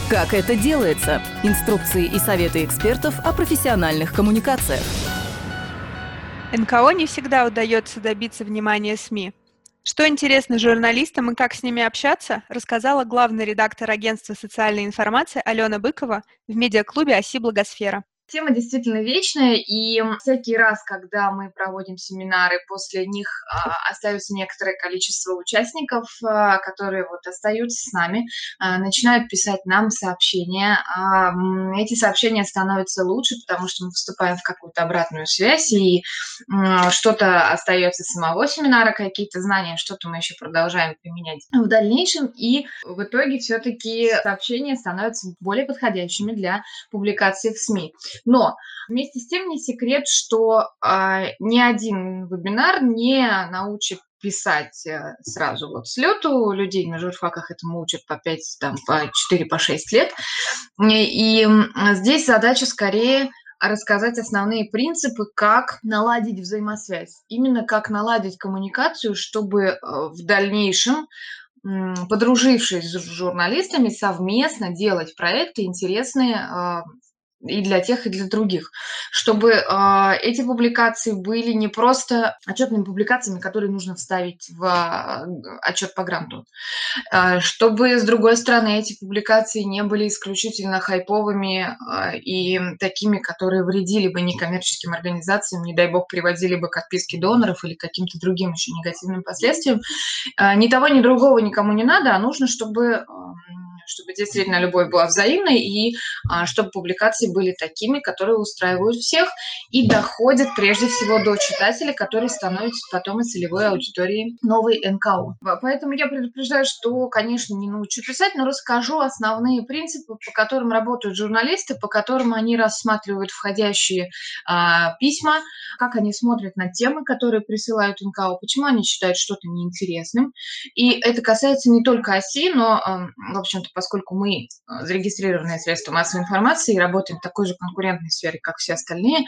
Как это делается? Инструкции и советы экспертов о профессиональных коммуникациях. НКО не всегда удается добиться внимания СМИ. Что интересно журналистам и как с ними общаться, рассказала главный редактор агентства социальной информации Алена Быкова в медиаклубе «Оси Благосфера». Тема действительно вечная, и всякий раз, когда мы проводим семинары, после них остается некоторое количество участников, которые остаются с нами, начинают писать нам сообщения. Эти сообщения становятся лучше, потому что мы вступаем в какую-то обратную связь, и что-то остается с самого семинара, какие-то знания, что-то мы еще продолжаем применять в дальнейшем, и в итоге все-таки сообщения становятся более подходящими для публикации в СМИ. Но вместе с тем не секрет, что ни один вебинар не научит писать сразу с лету. Людей на журфаках этому учат по 5, по 4, по 6 лет. И здесь задача скорее рассказать основные принципы, как наладить взаимосвязь. Именно как наладить коммуникацию, чтобы в дальнейшем, подружившись с журналистами, совместно делать проекты интересные и для тех, и для других, чтобы эти публикации были не просто отчетными публикациями, которые нужно вставить в отчет по гранту, чтобы, с другой стороны, эти публикации не были исключительно хайповыми и такими, которые вредили бы некоммерческим организациям, не дай бог, приводили бы к отписке доноров или каким-то другим еще негативным последствиям. Ни того, ни другого никому не надо, а нужно, чтобы действительно любовь была взаимной, и чтобы публикации были такими, которые устраивают всех и доходят прежде всего до читателей, которые становятся потом и целевой аудиторией новой НКО. Поэтому я предупреждаю, что, конечно, не научу писать, но расскажу основные принципы, по которым работают журналисты, по которым они рассматривают входящие письма, как они смотрят на темы, которые присылают НКО, почему они считают что-то неинтересным. И это касается не только ОСИ, но, в общем-то, поскольку мы зарегистрированные средства массовой информации и работаем в такой же конкурентной сфере, как все остальные,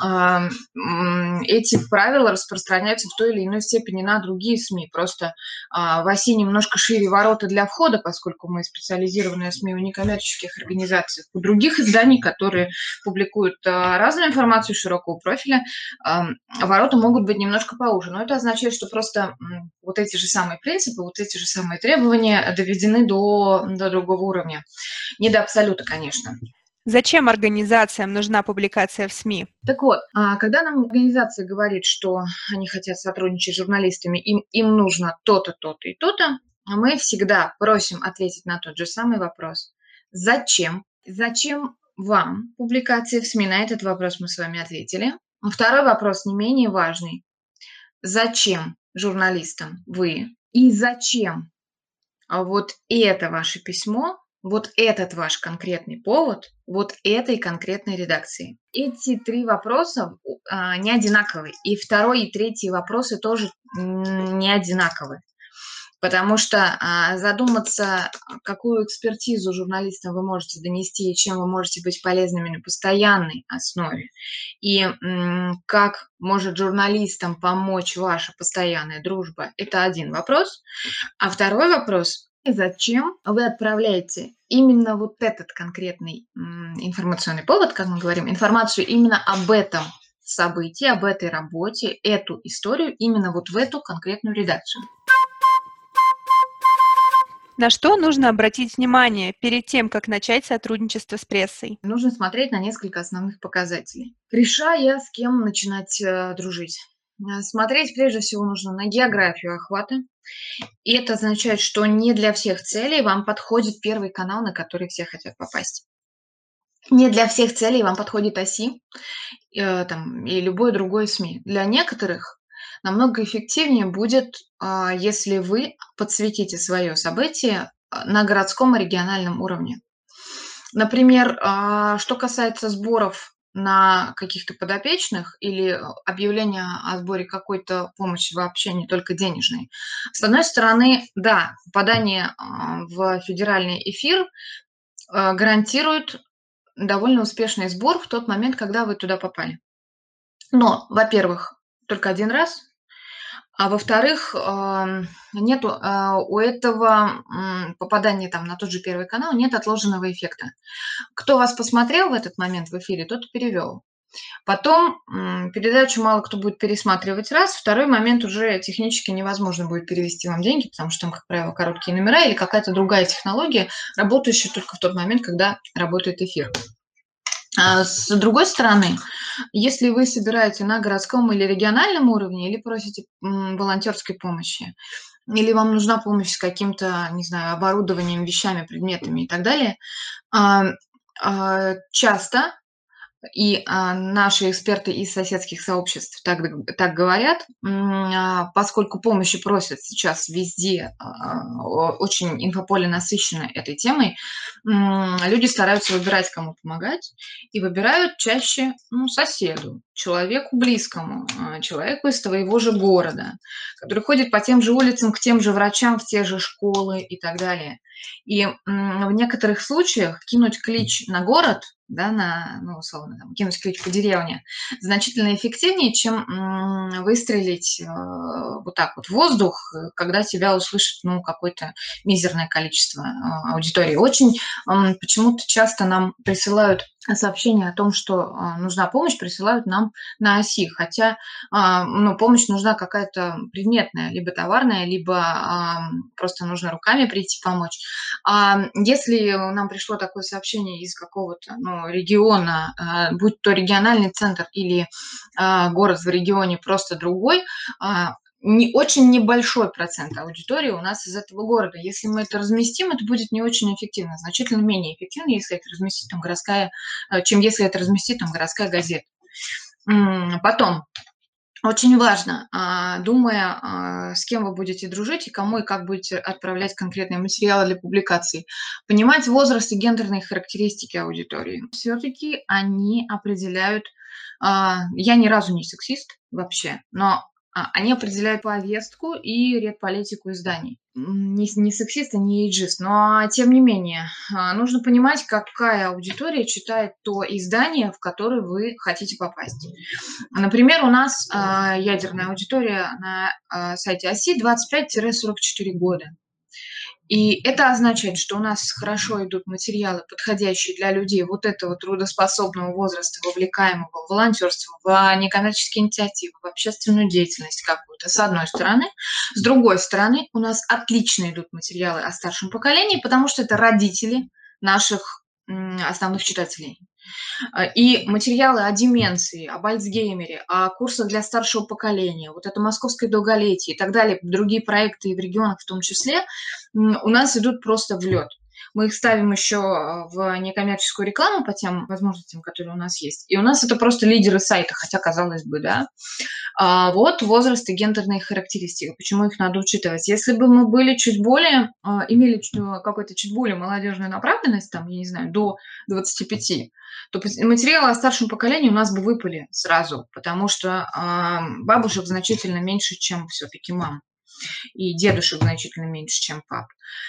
эти правила распространяются в той или иной степени на другие СМИ. Просто в ОСИ немножко шире ворота для входа, поскольку мы специализированные СМИ в некоммерческих организациях. У других изданий, которые публикуют разную информацию широкого профиля, ворота могут быть немножко поуже. Но это означает, что просто вот эти же самые принципы, вот эти же самые требования доведены до другого уровня. Не до абсолюта, конечно. Зачем организациям нужна публикация в СМИ? Так вот, когда нам организация говорит, что они хотят сотрудничать с журналистами, им нужно то-то, то-то и то-то, мы всегда просим ответить на тот же самый вопрос. Зачем? Зачем вам публикация в СМИ? На этот вопрос мы с вами ответили. Второй вопрос не менее важный. Зачем журналистам вы? И зачем вот это ваше письмо, вот этот ваш конкретный повод, вот этой конкретной редакции? Эти три вопроса не одинаковые. И второй и третий вопросы тоже не одинаковые. Потому что задуматься, какую экспертизу журналистам вы можете донести и чем вы можете быть полезными на постоянной основе, и как может журналистам помочь ваша постоянная дружба, это один вопрос. А второй вопрос: зачем вы отправляете именно вот этот конкретный информационный повод, как мы говорим, информацию именно об этом событии, об этой работе, эту историю именно вот в эту конкретную редакцию? На что нужно обратить внимание перед тем, как начать сотрудничество с прессой? Нужно смотреть на несколько основных показателей, решая, с кем начинать дружить. Смотреть прежде всего нужно на географию охвата. И это означает, что не для всех целей вам подходит первый канал, на который все хотят попасть. Не для всех целей вам подходит ОСИ и любое другое СМИ. Для некоторых намного эффективнее будет, если вы подсветите свое событие на городском и региональном уровне. Например, что касается сборов на каких-то подопечных или объявления о сборе какой-то помощи вообще, не только денежной. С одной стороны, да, попадание в федеральный эфир гарантирует довольно успешный сбор в тот момент, когда вы туда попали. Но, во-первых, только один раз. А во-вторых, нету, у этого, попадания там на тот же Первый канал нет отложенного эффекта. Кто вас посмотрел в этот момент в эфире, тот и перевел. Потом, передачу мало кто будет пересматривать раз. Второй момент, уже технически невозможно будет перевести вам деньги, потому что там, как правило, короткие номера или какая-то другая технология, работающая только в тот момент, когда работает эфир. С другой стороны, если вы собираете на городском или региональном уровне, или просите волонтерской помощи, или вам нужна помощь с каким-то, не знаю, оборудованием, вещами, предметами и так далее, а, часто и наши эксперты из соседских сообществ так говорят, поскольку помощи просят сейчас везде, очень инфополе насыщено этой темой, люди стараются выбирать, кому помогать, и выбирают чаще соседу, человеку близкому, человеку из твоего же города, который ходит по тем же улицам, к тем же врачам, в те же школы и так далее. И в некоторых случаях кинуть клич на город, да, ну, условно, там, кинуть клич по деревне, значительно эффективнее, чем выстрелить вот так вот в воздух, когда тебя услышит, ну, какое-то мизерное количество аудитории. Очень почему-то часто нам присылают сообщения о том, что нужна помощь, присылают нам на оси, хотя ну, помощь нужна какая-то предметная, либо товарная, либо просто нужно руками прийти помочь. Если нам пришло такое сообщение из какого-то региона, будь то региональный центр или город в регионе просто другой, очень небольшой процент аудитории у нас из этого города. Если мы это разместим, это будет не очень эффективно, значительно менее эффективно, если это разместит там чем если это разместит там городская газета. Потом, очень важно, думая, с кем вы будете дружить и кому и как будете отправлять конкретные материалы для публикаций, понимать возраст и гендерные характеристики аудитории. Все-таки они определяют, я ни разу не сексист вообще, но они определяют повестку и редполитику изданий. Не сексист, не эйджист, но тем не менее, нужно понимать, какая аудитория читает то издание, в которое вы хотите попасть. Например, у нас ядерная аудитория на сайте ОСИ 25-44 года. И это означает, что у нас хорошо идут материалы, подходящие для людей вот этого трудоспособного возраста, вовлекаемого в волонтерство, в некоммерческие инициативы, в общественную деятельность какую-то, с одной стороны. С другой стороны, у нас отлично идут материалы о старшем поколении, потому что это родители наших основных читателей. И материалы о деменции, об Альцгеймере, о курсах для старшего поколения, вот это московское долголетие и так далее, другие проекты и в регионах в том числе, у нас идут просто в лед. Мы их ставим еще в некоммерческую рекламу по тем возможностям, которые у нас есть. И у нас это просто лидеры сайта, хотя, казалось бы, да. Вот возраст и гендерные характеристики, почему их надо учитывать. Если бы мы были чуть более, имели какую-то чуть более молодежную направленность, там, я не знаю, до 25, то материалы о старшем поколении у нас бы выпали сразу, потому что бабушек значительно меньше, чем все-таки мам, и дедушек значительно меньше, чем пап.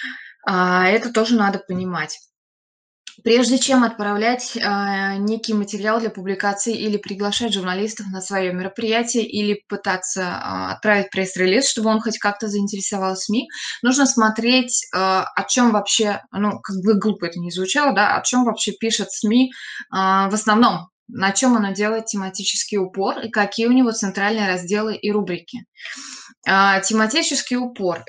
Это тоже надо понимать. Прежде чем отправлять некий материал для публикации или приглашать журналистов на свое мероприятие или пытаться отправить пресс-релиз, чтобы он хоть как-то заинтересовал СМИ, нужно смотреть, о чем вообще, как бы глупо это ни звучало, да, о чем вообще пишет СМИ в основном, на чем оно делает тематический упор и какие у него центральные разделы и рубрики. Тематический упор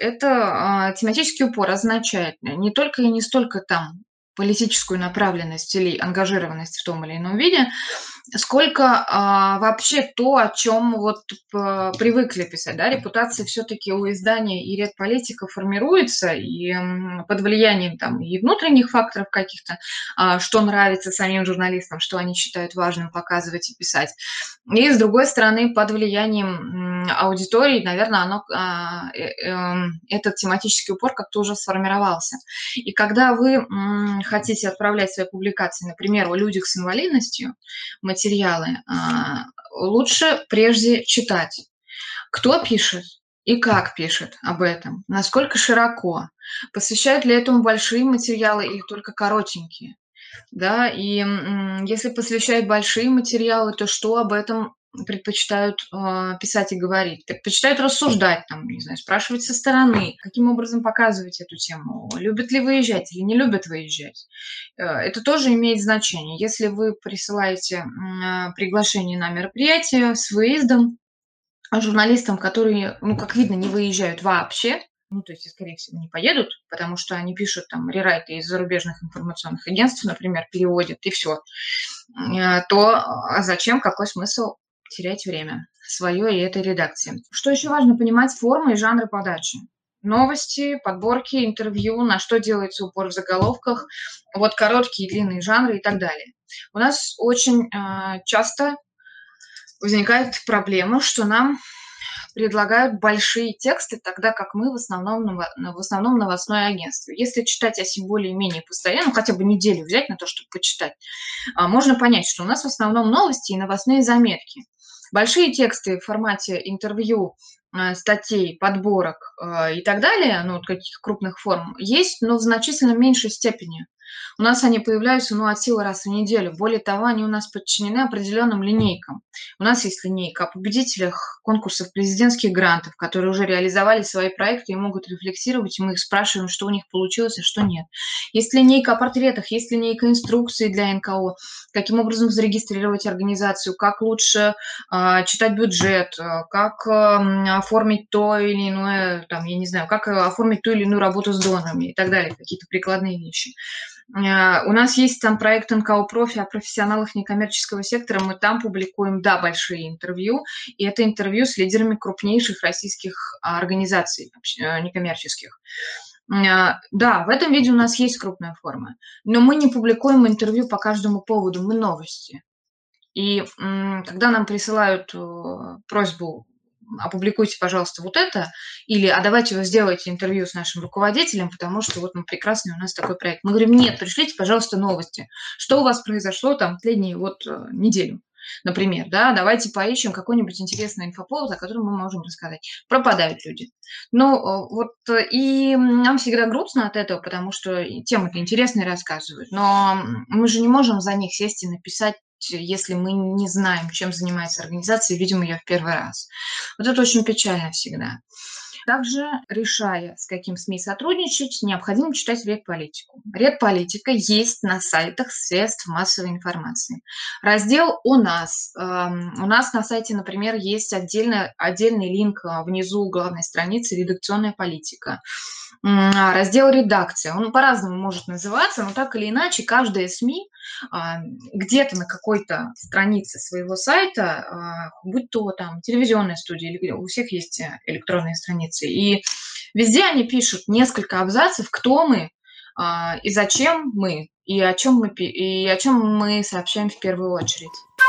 означает не только и не столько там политическую направленность или ангажированность в том или ином виде, сколько вообще то, о чем вот привыкли писать, да, репутация все-таки у издания и редполитика формируется, и под влиянием там и внутренних факторов каких-то, что нравится самим журналистам, что они считают важным показывать и писать, и с другой стороны под влиянием аудитории, наверное, этот тематический упор как-то уже сформировался. И когда вы хотите отправлять свои публикации, например, о людях с инвалидностью, материалы, лучше прежде читать, кто пишет и как пишет об этом, насколько широко, посвящают ли этому большие материалы или только коротенькие. Да, и если посвящают большие материалы, то что об этом предпочитают писать и говорить, предпочитают рассуждать, там, не знаю, спрашивать со стороны, каким образом показывать эту тему, любят ли выезжать или не любят выезжать. Это тоже имеет значение. Если вы присылаете приглашение на мероприятие с выездом, журналистам, которые, ну, как видно, не выезжают вообще, ну, то есть, скорее всего, не поедут, потому что они пишут там рерайты из зарубежных информационных агентств, например, переводят, и все, то зачем, какой смысл терять время свое и этой редакции? Что еще важно понимать? Формы и жанры подачи. Новости, подборки, интервью, на что делается упор в заголовках, вот короткие и длинные жанры и так далее. У нас очень часто возникает проблема, что нам предлагают большие тексты, тогда как мы в основном новостное агентство. Если читать оси более-менее постоянно, ну, хотя бы неделю взять на то, чтобы почитать, можно понять, что у нас в основном новости и новостные заметки. Большие тексты в формате интервью, статей, подборок и так далее, ну, вот каких крупных форм, есть, но в значительно меньшей степени. У нас они появляются, ну, от силы раз в неделю. Более того, они у нас подчинены определенным линейкам. У нас есть линейка о победителях конкурсов президентских грантов, которые уже реализовали свои проекты и могут рефлексировать, и мы их спрашиваем, что у них получилось, а что нет. Есть линейка о портретах, есть линейка инструкций для НКО, каким образом зарегистрировать организацию, как лучше читать бюджет, как оформить то или иное, там, я не знаю, как оформить ту или иную работу с донорами и так далее, какие-то прикладные вещи. У нас есть там проект НКО Профи о профессионалах некоммерческого сектора. Мы там публикуем, да, большие интервью. И это интервью с лидерами крупнейших российских организаций некоммерческих. Да, в этом виде у нас есть крупная форма. Но мы не публикуем интервью по каждому поводу, мы новости. И когда нам присылают просьбу опубликуйте, пожалуйста, вот это, или а давайте вы сделаете интервью с нашим руководителем, потому что вот мы прекрасный, у нас такой проект. Мы говорим, нет, пришлите, пожалуйста, новости. Что у вас произошло там последнюю вот неделю, например, да, давайте поищем какой-нибудь интересный инфоповод, о котором мы можем рассказать. Пропадают люди. Ну, вот, и нам всегда грустно от этого, потому что темы-то интересные рассказывают, но мы же не можем за них сесть и написать, если мы не знаем, чем занимается организация, и видим ее в первый раз. Вот это очень печально всегда. Также, решая, с каким СМИ сотрудничать, необходимо читать редполитику. Редполитика есть на сайтах средств массовой информации. Раздел «У нас». У нас на сайте, например, есть отдельный линк внизу главной страницы «Редакционная политика». Раздел «Редакция». Он по-разному может называться, но так или иначе каждая СМИ где-то на какой-то странице своего сайта, будь то там телевизионная студия, или у всех есть электронные страницы, и везде они пишут несколько абзацев, кто мы и зачем мы, и о чем мы сообщаем в первую очередь.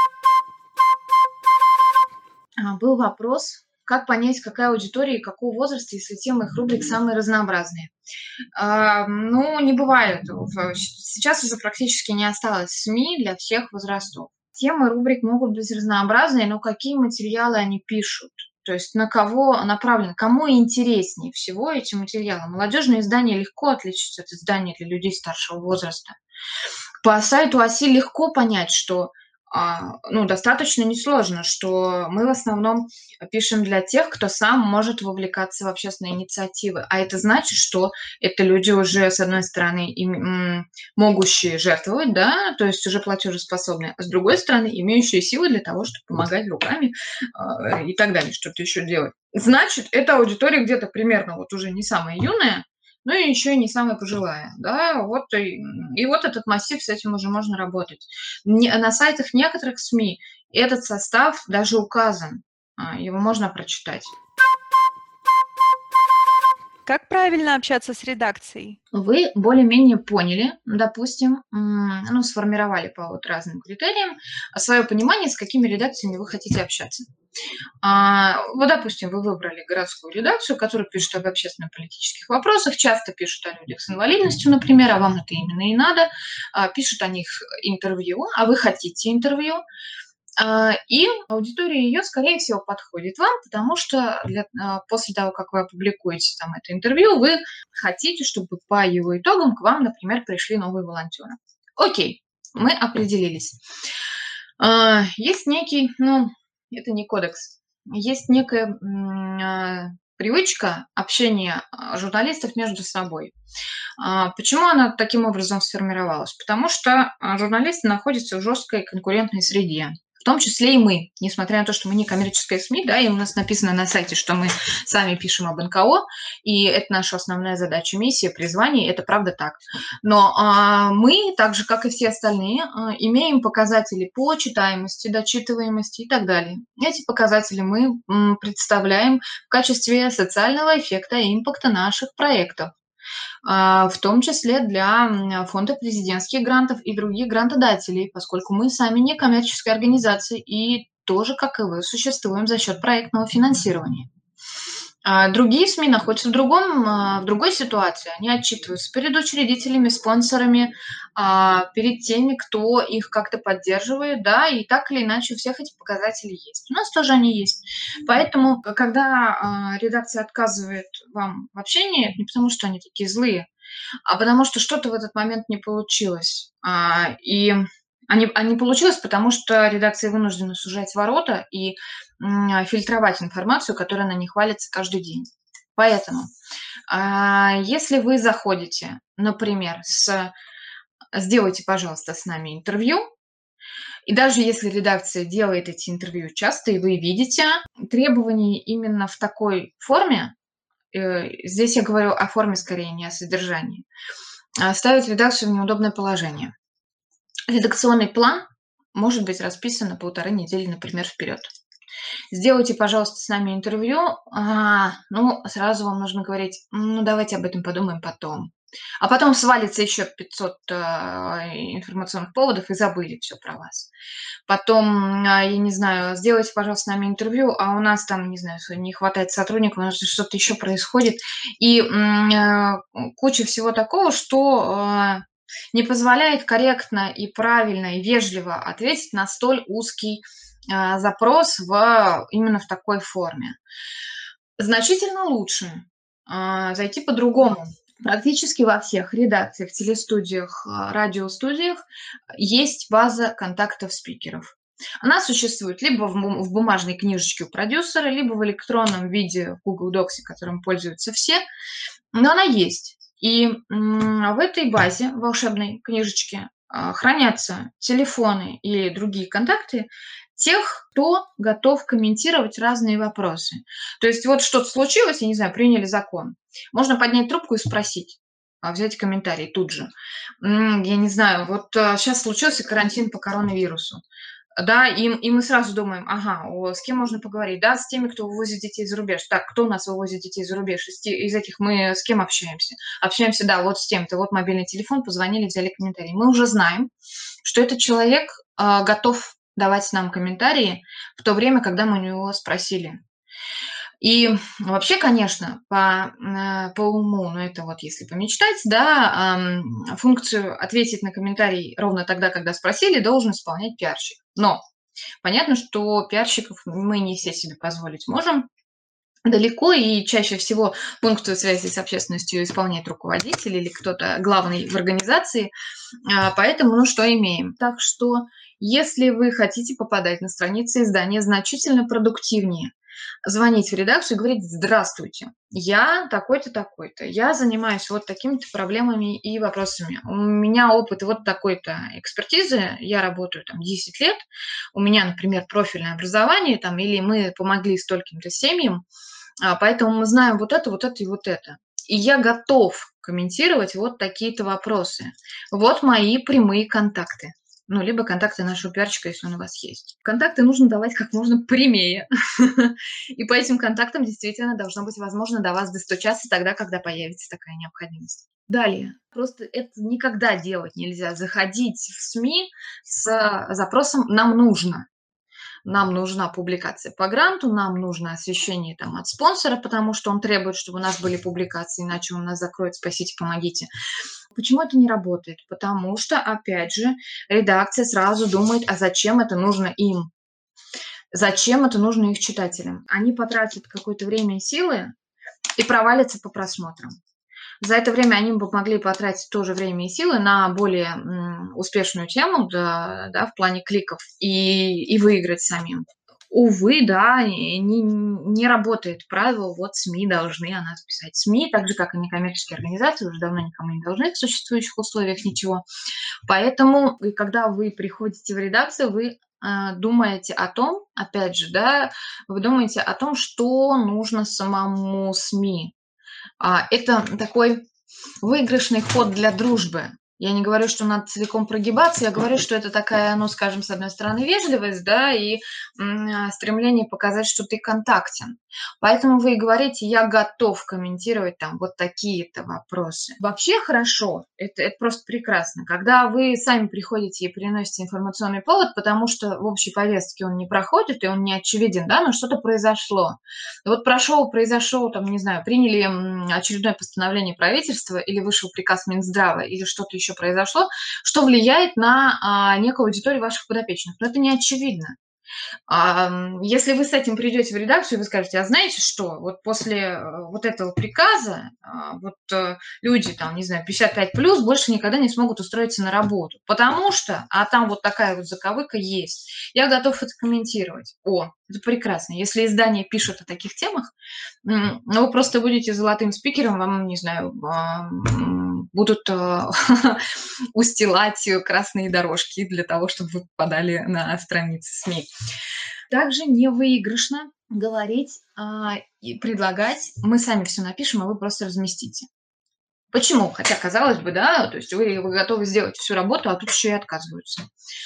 Был вопрос, как понять, какая аудитория и какого возраста, если темы их рубрик самые разнообразные. Ну, не бывает. Сейчас уже практически не осталось СМИ для всех возрастов. Темы рубрик могут быть разнообразные, но какие материалы они пишут? То есть на кого направлено, кому интереснее всего эти материалы? Молодежные издания легко отличить от изданий для людей старшего возраста. По сайту ОСИ легко понять, что достаточно несложно, что мы в основном пишем для тех, кто сам может вовлекаться в общественные инициативы. А это значит, что это люди уже, с одной стороны, могущие жертвовать, да, то есть уже платежеспособные, а с другой стороны, имеющие силы для того, чтобы помогать руками и так далее, что-то еще делать. Значит, эта аудитория где-то примерно вот уже не самая юная, ну и еще и не самая пожилая, да, вот и вот этот массив, с этим уже можно работать. На сайтах некоторых СМИ этот состав даже указан, его можно прочитать. Как правильно общаться с редакцией? Вы более-менее поняли, допустим, сформировали по вот разным критериям свое понимание, с какими редакциями вы хотите общаться. Вот, допустим, вы выбрали городскую редакцию, которая пишет об общественно-политических вопросах, часто пишут о людях с инвалидностью, например, а вам это именно и надо, пишут о них интервью, а вы хотите интервью, и аудитория ее, скорее всего, подходит вам, потому что после того, как вы опубликуете там это интервью, вы хотите, чтобы по его итогам к вам, например, пришли новые волонтеры. Окей, мы определились. Есть некий, это не кодекс. Есть некая привычка общения журналистов между собой. Почему она таким образом сформировалась? Потому что журналисты находятся в жесткой конкурентной среде. В том числе и мы, несмотря на то, что мы не коммерческая СМИ, да, и у нас написано на сайте, что мы сами пишем об НКО, и это наша основная задача, миссия, призвание, это правда так. Но мы, так же, как и все остальные, имеем показатели по читаемости, дочитываемости и так далее. Эти показатели мы представляем в качестве социального эффекта и импакта наших проектов, в том числе для фонда президентских грантов и других грантодателей, поскольку мы сами не коммерческая организация и тоже, как и вы, существуем за счет проектного финансирования. Другие СМИ находятся в другой ситуации. Они отчитываются перед учредителями, спонсорами, перед теми, кто их как-то поддерживает, да, и так или иначе у всех эти показатели есть. У нас тоже они есть. Поэтому, когда редакция отказывает вам в общении, не потому что они такие злые, а потому что что-то в этот момент не получилось. А не получилось, потому что редакция вынуждена сужать ворота и фильтровать информацию, которая на них валится каждый день. Поэтому, если вы заходите, например, сделайте, пожалуйста, с нами интервью, и даже если редакция делает эти интервью часто, и вы видите требования именно в такой форме, здесь я говорю о форме скорее, не о содержании, ставит редакцию в неудобное положение. Редакционный план может быть расписан на 1,5 недели, например, вперед. Сделайте, пожалуйста, с нами интервью. Сразу вам нужно говорить, давайте об этом подумаем потом. А потом свалится еще 500 информационных поводов и забыли все про вас. Потом, я не знаю, сделайте, пожалуйста, с нами интервью, а у нас там, не знаю, не хватает сотрудников, у нас что-то еще происходит. И куча всего такого, что не позволяет корректно и правильно и вежливо ответить на столь узкий запрос именно в такой форме. Значительно лучше зайти по-другому. Практически во всех редакциях, телестудиях, радиостудиях есть база контактов спикеров. Она существует либо в бумажной книжечке у продюсера, либо в электронном виде в Google Docs, которым пользуются все, но она есть. И в этой базе волшебной книжечки хранятся телефоны и другие контакты тех, кто готов комментировать разные вопросы. То есть вот что-то случилось, я не знаю, приняли закон. Можно поднять трубку и спросить, взять комментарий тут же. Я не знаю, вот сейчас случился карантин по коронавирусу. Да, и мы сразу думаем, с кем можно поговорить? Да, с теми, кто вывозит детей за рубеж. Так, кто у нас вывозит детей за рубеж? Из этих мы с кем общаемся? Общаемся, да, вот с тем-то. Вот мобильный телефон, позвонили, взяли комментарий. Мы уже знаем, что этот человек готов давать нам комментарии в то время, когда мы у него спросили. И вообще, конечно, по уму, это вот если помечтать, да, функцию ответить на комментарий ровно тогда, когда спросили, должен исполнять пиарщик. Но понятно, что пиарщиков мы не все себе позволить можем далеко, и чаще всего функцию связи с общественностью исполняет руководитель или кто-то главный в организации. Поэтому, что имеем? Так что, если вы хотите попадать на страницы издания значительно продуктивнее, звонить в редакцию и говорить: здравствуйте, я такой-то, такой-то, я занимаюсь вот такими-то проблемами и вопросами. У меня опыт вот такой-то экспертизы, я работаю там 10 лет, у меня, например, профильное образование, там, или мы помогли стольким-то семьям, поэтому мы знаем вот это и вот это. И я готов комментировать вот такие-то вопросы. Вот мои прямые контакты. Либо контакты нашего пиарщика, если он у вас есть. Контакты нужно давать как можно прямее. И по этим контактам действительно должно быть возможно до вас достучаться тогда, когда появится такая необходимость. Далее. Просто это никогда делать нельзя. Заходить в СМИ с запросом «нам нужно». Нам нужна публикация по гранту, нам нужно освещение от спонсора, потому что он требует, чтобы у нас были публикации, иначе он нас закроет, спасите, помогите. Почему это не работает? Потому что, опять же, редакция сразу думает, а зачем это нужно им? Зачем это нужно их читателям? Они потратят какое-то время и силы и провалятся по просмотрам. За это время они бы могли потратить тоже время и силы на более успешную тему, в плане кликов и выиграть самим. увы, да, не работает правило, вот СМИ должны о нас писать. СМИ, так же, как и некоммерческие организации, уже давно никому не должны в существующих условиях ничего. Поэтому, когда вы приходите в редакцию, вы думаете о том, опять же, да, вы думаете о том, что нужно самому СМИ. Это такой выигрышный ход для дружбы. Я не говорю, что надо целиком прогибаться, я говорю, что это такая, ну, скажем, с одной стороны, вежливость, да, и стремление показать, что ты контактен. Поэтому вы и говорите, я готов комментировать там вот такие-то вопросы. Вообще хорошо, это просто прекрасно, когда вы сами приходите и приносите информационный повод, потому что в общей повестке он не проходит, и он не очевиден, да, но что-то произошло. И вот произошел, там, не знаю, приняли очередное постановление правительства, или вышел приказ Минздрава, или что-то еще произошло, что влияет на некую аудиторию ваших подопечных. Но это не очевидно. Если вы с этим придете в редакцию, вы скажете, а знаете что, вот после вот этого приказа люди, там, не знаю, 55 плюс больше никогда не смогут устроиться на работу, потому что, там вот такая вот заковыка есть, я готов это комментировать. Это прекрасно. Если издание пишет о таких темах, вы просто будете золотым спикером, вам, не знаю, будут устилать красные дорожки для того, чтобы вы попадали на страницы СМИ. Также невыигрышно говорить и предлагать, мы сами все напишем, а вы просто разместите. Почему? Хотя, казалось бы, да, то есть вы готовы сделать всю работу, а тут еще и отказываются.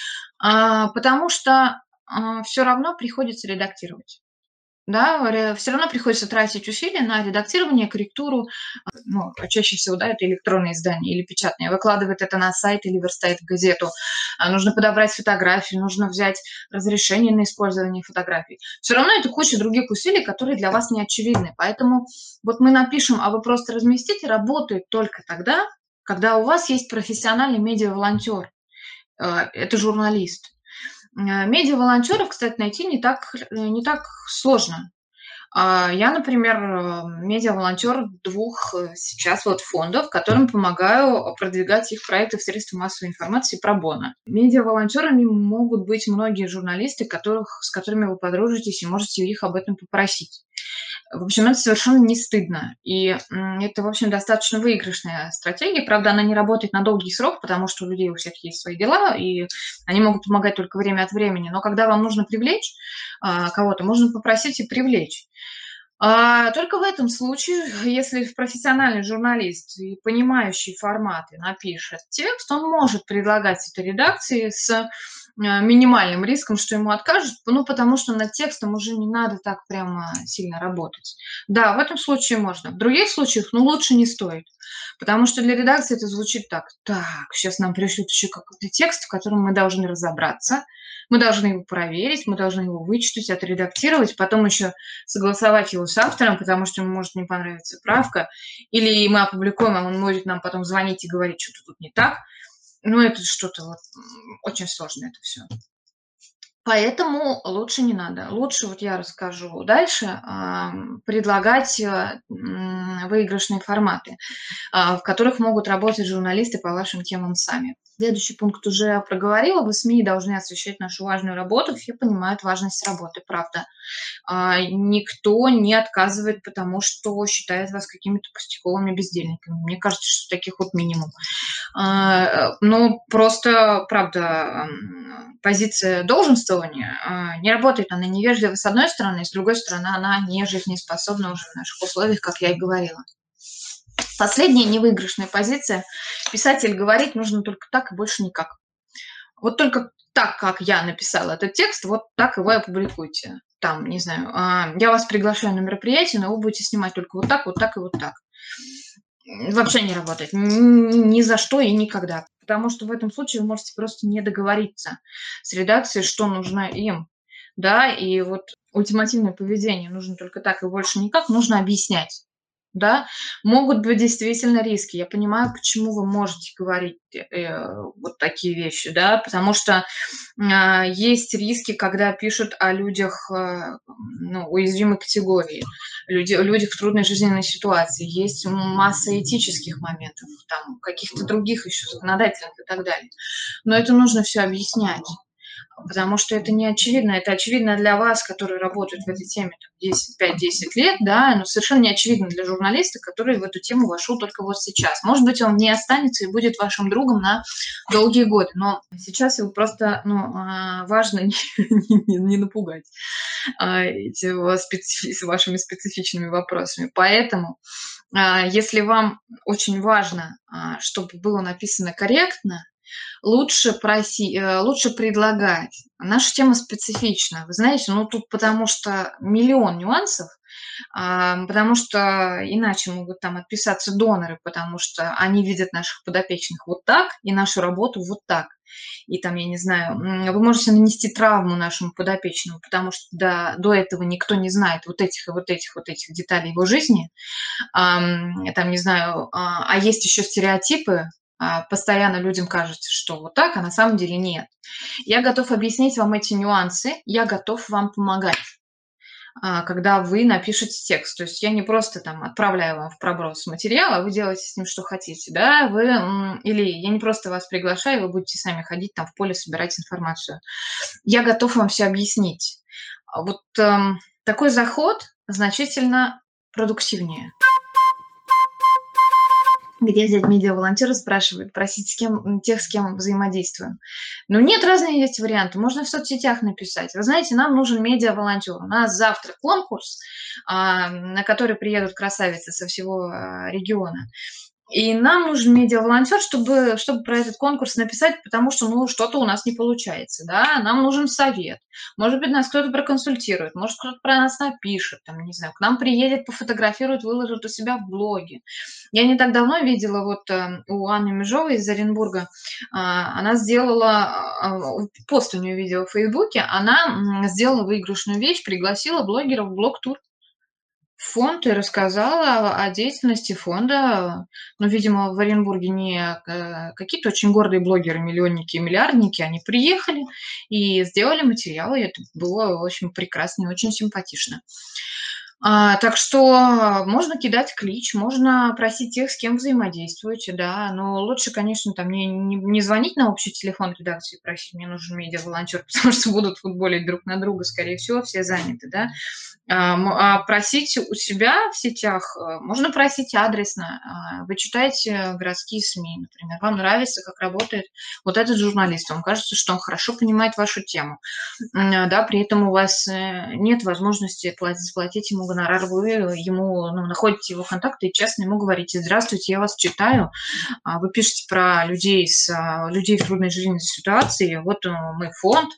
Потому что все равно приходится редактировать. Да, все равно приходится тратить усилия на редактирование, корректуру. Чаще всего, да, это электронное издание или печатное. Выкладывает это на сайт или верстает в газету. Нужно подобрать фотографии, нужно взять разрешение на использование фотографий. Все равно это куча других усилий, которые для вас не очевидны. Поэтому вот мы напишем, а вы просто разместите, работает только тогда, когда у вас есть профессиональный медиа-волонтер. Это журналист. Медиа-волонтеров, кстати, найти не так сложно. Я, например, медиа-волонтер 2 сейчас фондов, которым помогаю продвигать их проекты в средства массовой информации про боно. Медиа-волонтерами могут быть многие журналисты, с которыми вы подружитесь и можете их об этом попросить. В общем, это совершенно не стыдно. И это, в общем, достаточно выигрышная стратегия. Правда, она не работает на долгий срок, потому что у людей у всех есть свои дела, и они могут помогать только время от времени. Но когда вам нужно привлечь кого-то, можно попросить и привлечь. Только в этом случае, если профессиональный журналист и понимающий форматы напишет текст, он может предлагать это редакции с минимальным риском, что ему откажут, потому что над текстом уже не надо так прямо сильно работать. Да, в этом случае можно. В других случаях, лучше не стоит. Потому что для редакции это звучит так, сейчас нам пришлют еще какой-то текст, в котором мы должны разобраться, мы должны его проверить, мы должны его вычитать, отредактировать, потом еще согласовать его с автором, потому что ему может не понравиться правка, или мы опубликуем, а он может нам потом звонить и говорить, что-то тут не так. Это что-то очень сложно это все. Поэтому лучше не надо. Лучше, я расскажу дальше, предлагать выигрышные форматы, в которых могут работать журналисты по вашим темам сами. Следующий пункт уже проговорила. Вы СМИ должны освещать нашу важную работу. Все понимают важность работы, правда. Никто не отказывает, потому что считает вас какими-то пустяковыми бездельниками. Мне кажется, что таких минимум. Но просто, правда, позиция долженствования не работает. Она невежлива с одной стороны, с другой стороны, она не жизнеспособна уже в наших условиях, как я и говорила. Последняя невыигрышная позиция. Писатель говорит, нужно только так и больше никак. Только так, как я написала этот текст, так и вы опубликуйте. Там, не знаю, я вас приглашаю на мероприятие, но вы будете снимать только так и так. Вообще не работает. Ни за что и никогда. Потому что в этом случае вы можете просто не договориться с редакцией, что нужно им. Да, и ультимативное поведение нужно только так и больше никак, нужно объяснять. Да, могут быть действительно риски. Я понимаю, почему вы можете говорить такие вещи, да, потому что есть риски, когда пишут о людях уязвимой категории, людях в трудной жизненной ситуации. Есть масса этических моментов, там, каких-то других еще законодательных и так далее. Но это нужно все объяснять. потому что это не очевидно. Это очевидно для вас, которые работают в этой теме там, 5-10 лет, да, но совершенно не очевидно для журналиста, который в эту тему вошел только вот сейчас. Может быть, он не останется и будет вашим другом на долгие годы, но сейчас его просто важно не напугать вашими специфичными вопросами. Поэтому, если вам очень важно, чтобы было написано корректно, лучше предлагать. Наша тема специфична. Вы знаете, тут потому что миллион нюансов, потому что иначе могут там отписаться доноры, потому что они видят наших подопечных вот так и нашу работу вот так. И там, я не знаю, вы можете нанести травму нашему подопечному, потому что до этого никто не знает вот этих деталей его жизни. Там, не знаю, есть еще стереотипы, постоянно людям кажется, что вот так, а на самом деле нет. Я готов объяснить вам эти нюансы, я готов вам помогать, когда вы напишете текст. То есть я не просто там отправляю вам в проброс материал, а вы делаете с ним что хотите, да, или я не просто вас приглашаю, вы будете сами ходить там в поле, собирать информацию. Я готов вам все объяснить. Вот такой заход значительно продуктивнее. Где взять медиа-волонтера, спрашивают, просить тех, с кем взаимодействуем. Нет, разные есть варианты. Можно в соцсетях написать. Вы знаете, нам нужен медиа-волонтер. У нас завтра конкурс, на который приедут красавицы со всего региона. И нам нужен медиа-волонтер, чтобы про этот конкурс написать, потому что, что-то у нас не получается, да, нам нужен совет. Может быть, нас кто-то проконсультирует, может, кто-то про нас напишет, там, не знаю, к нам приедет, пофотографирует, выложит у себя в блоге. Я не так давно видела у Анны Межовой из Оренбурга, она сделала, пост у нее видео в Фейсбуке, она сделала выигрышную вещь, пригласила блогеров в блог-тур фонд и рассказала о деятельности фонда. Видимо, в Оренбурге не какие-то очень гордые блогеры, миллионники и миллиардники, они приехали и сделали материал, и это было очень прекрасно и очень симпатично. Так что можно кидать клич, можно просить тех, с кем взаимодействуете, да, но лучше, конечно, там не звонить на общий телефон редакции и просить, мне нужен медиа-волонтер, потому что будут футболить друг на друга, скорее всего, все заняты, да. Просить у себя в сетях, можно просить адресно. Вы читаете городские СМИ, например, вам нравится, как работает вот этот журналист, вам кажется, что он хорошо понимает вашу тему, да, при этом у вас нет возможности заплатить ему гонорар, вы ему находите его контакты и честно ему говорите: здравствуйте, я вас читаю, вы пишете про людей в трудной жизненной ситуации, вот мы фонд,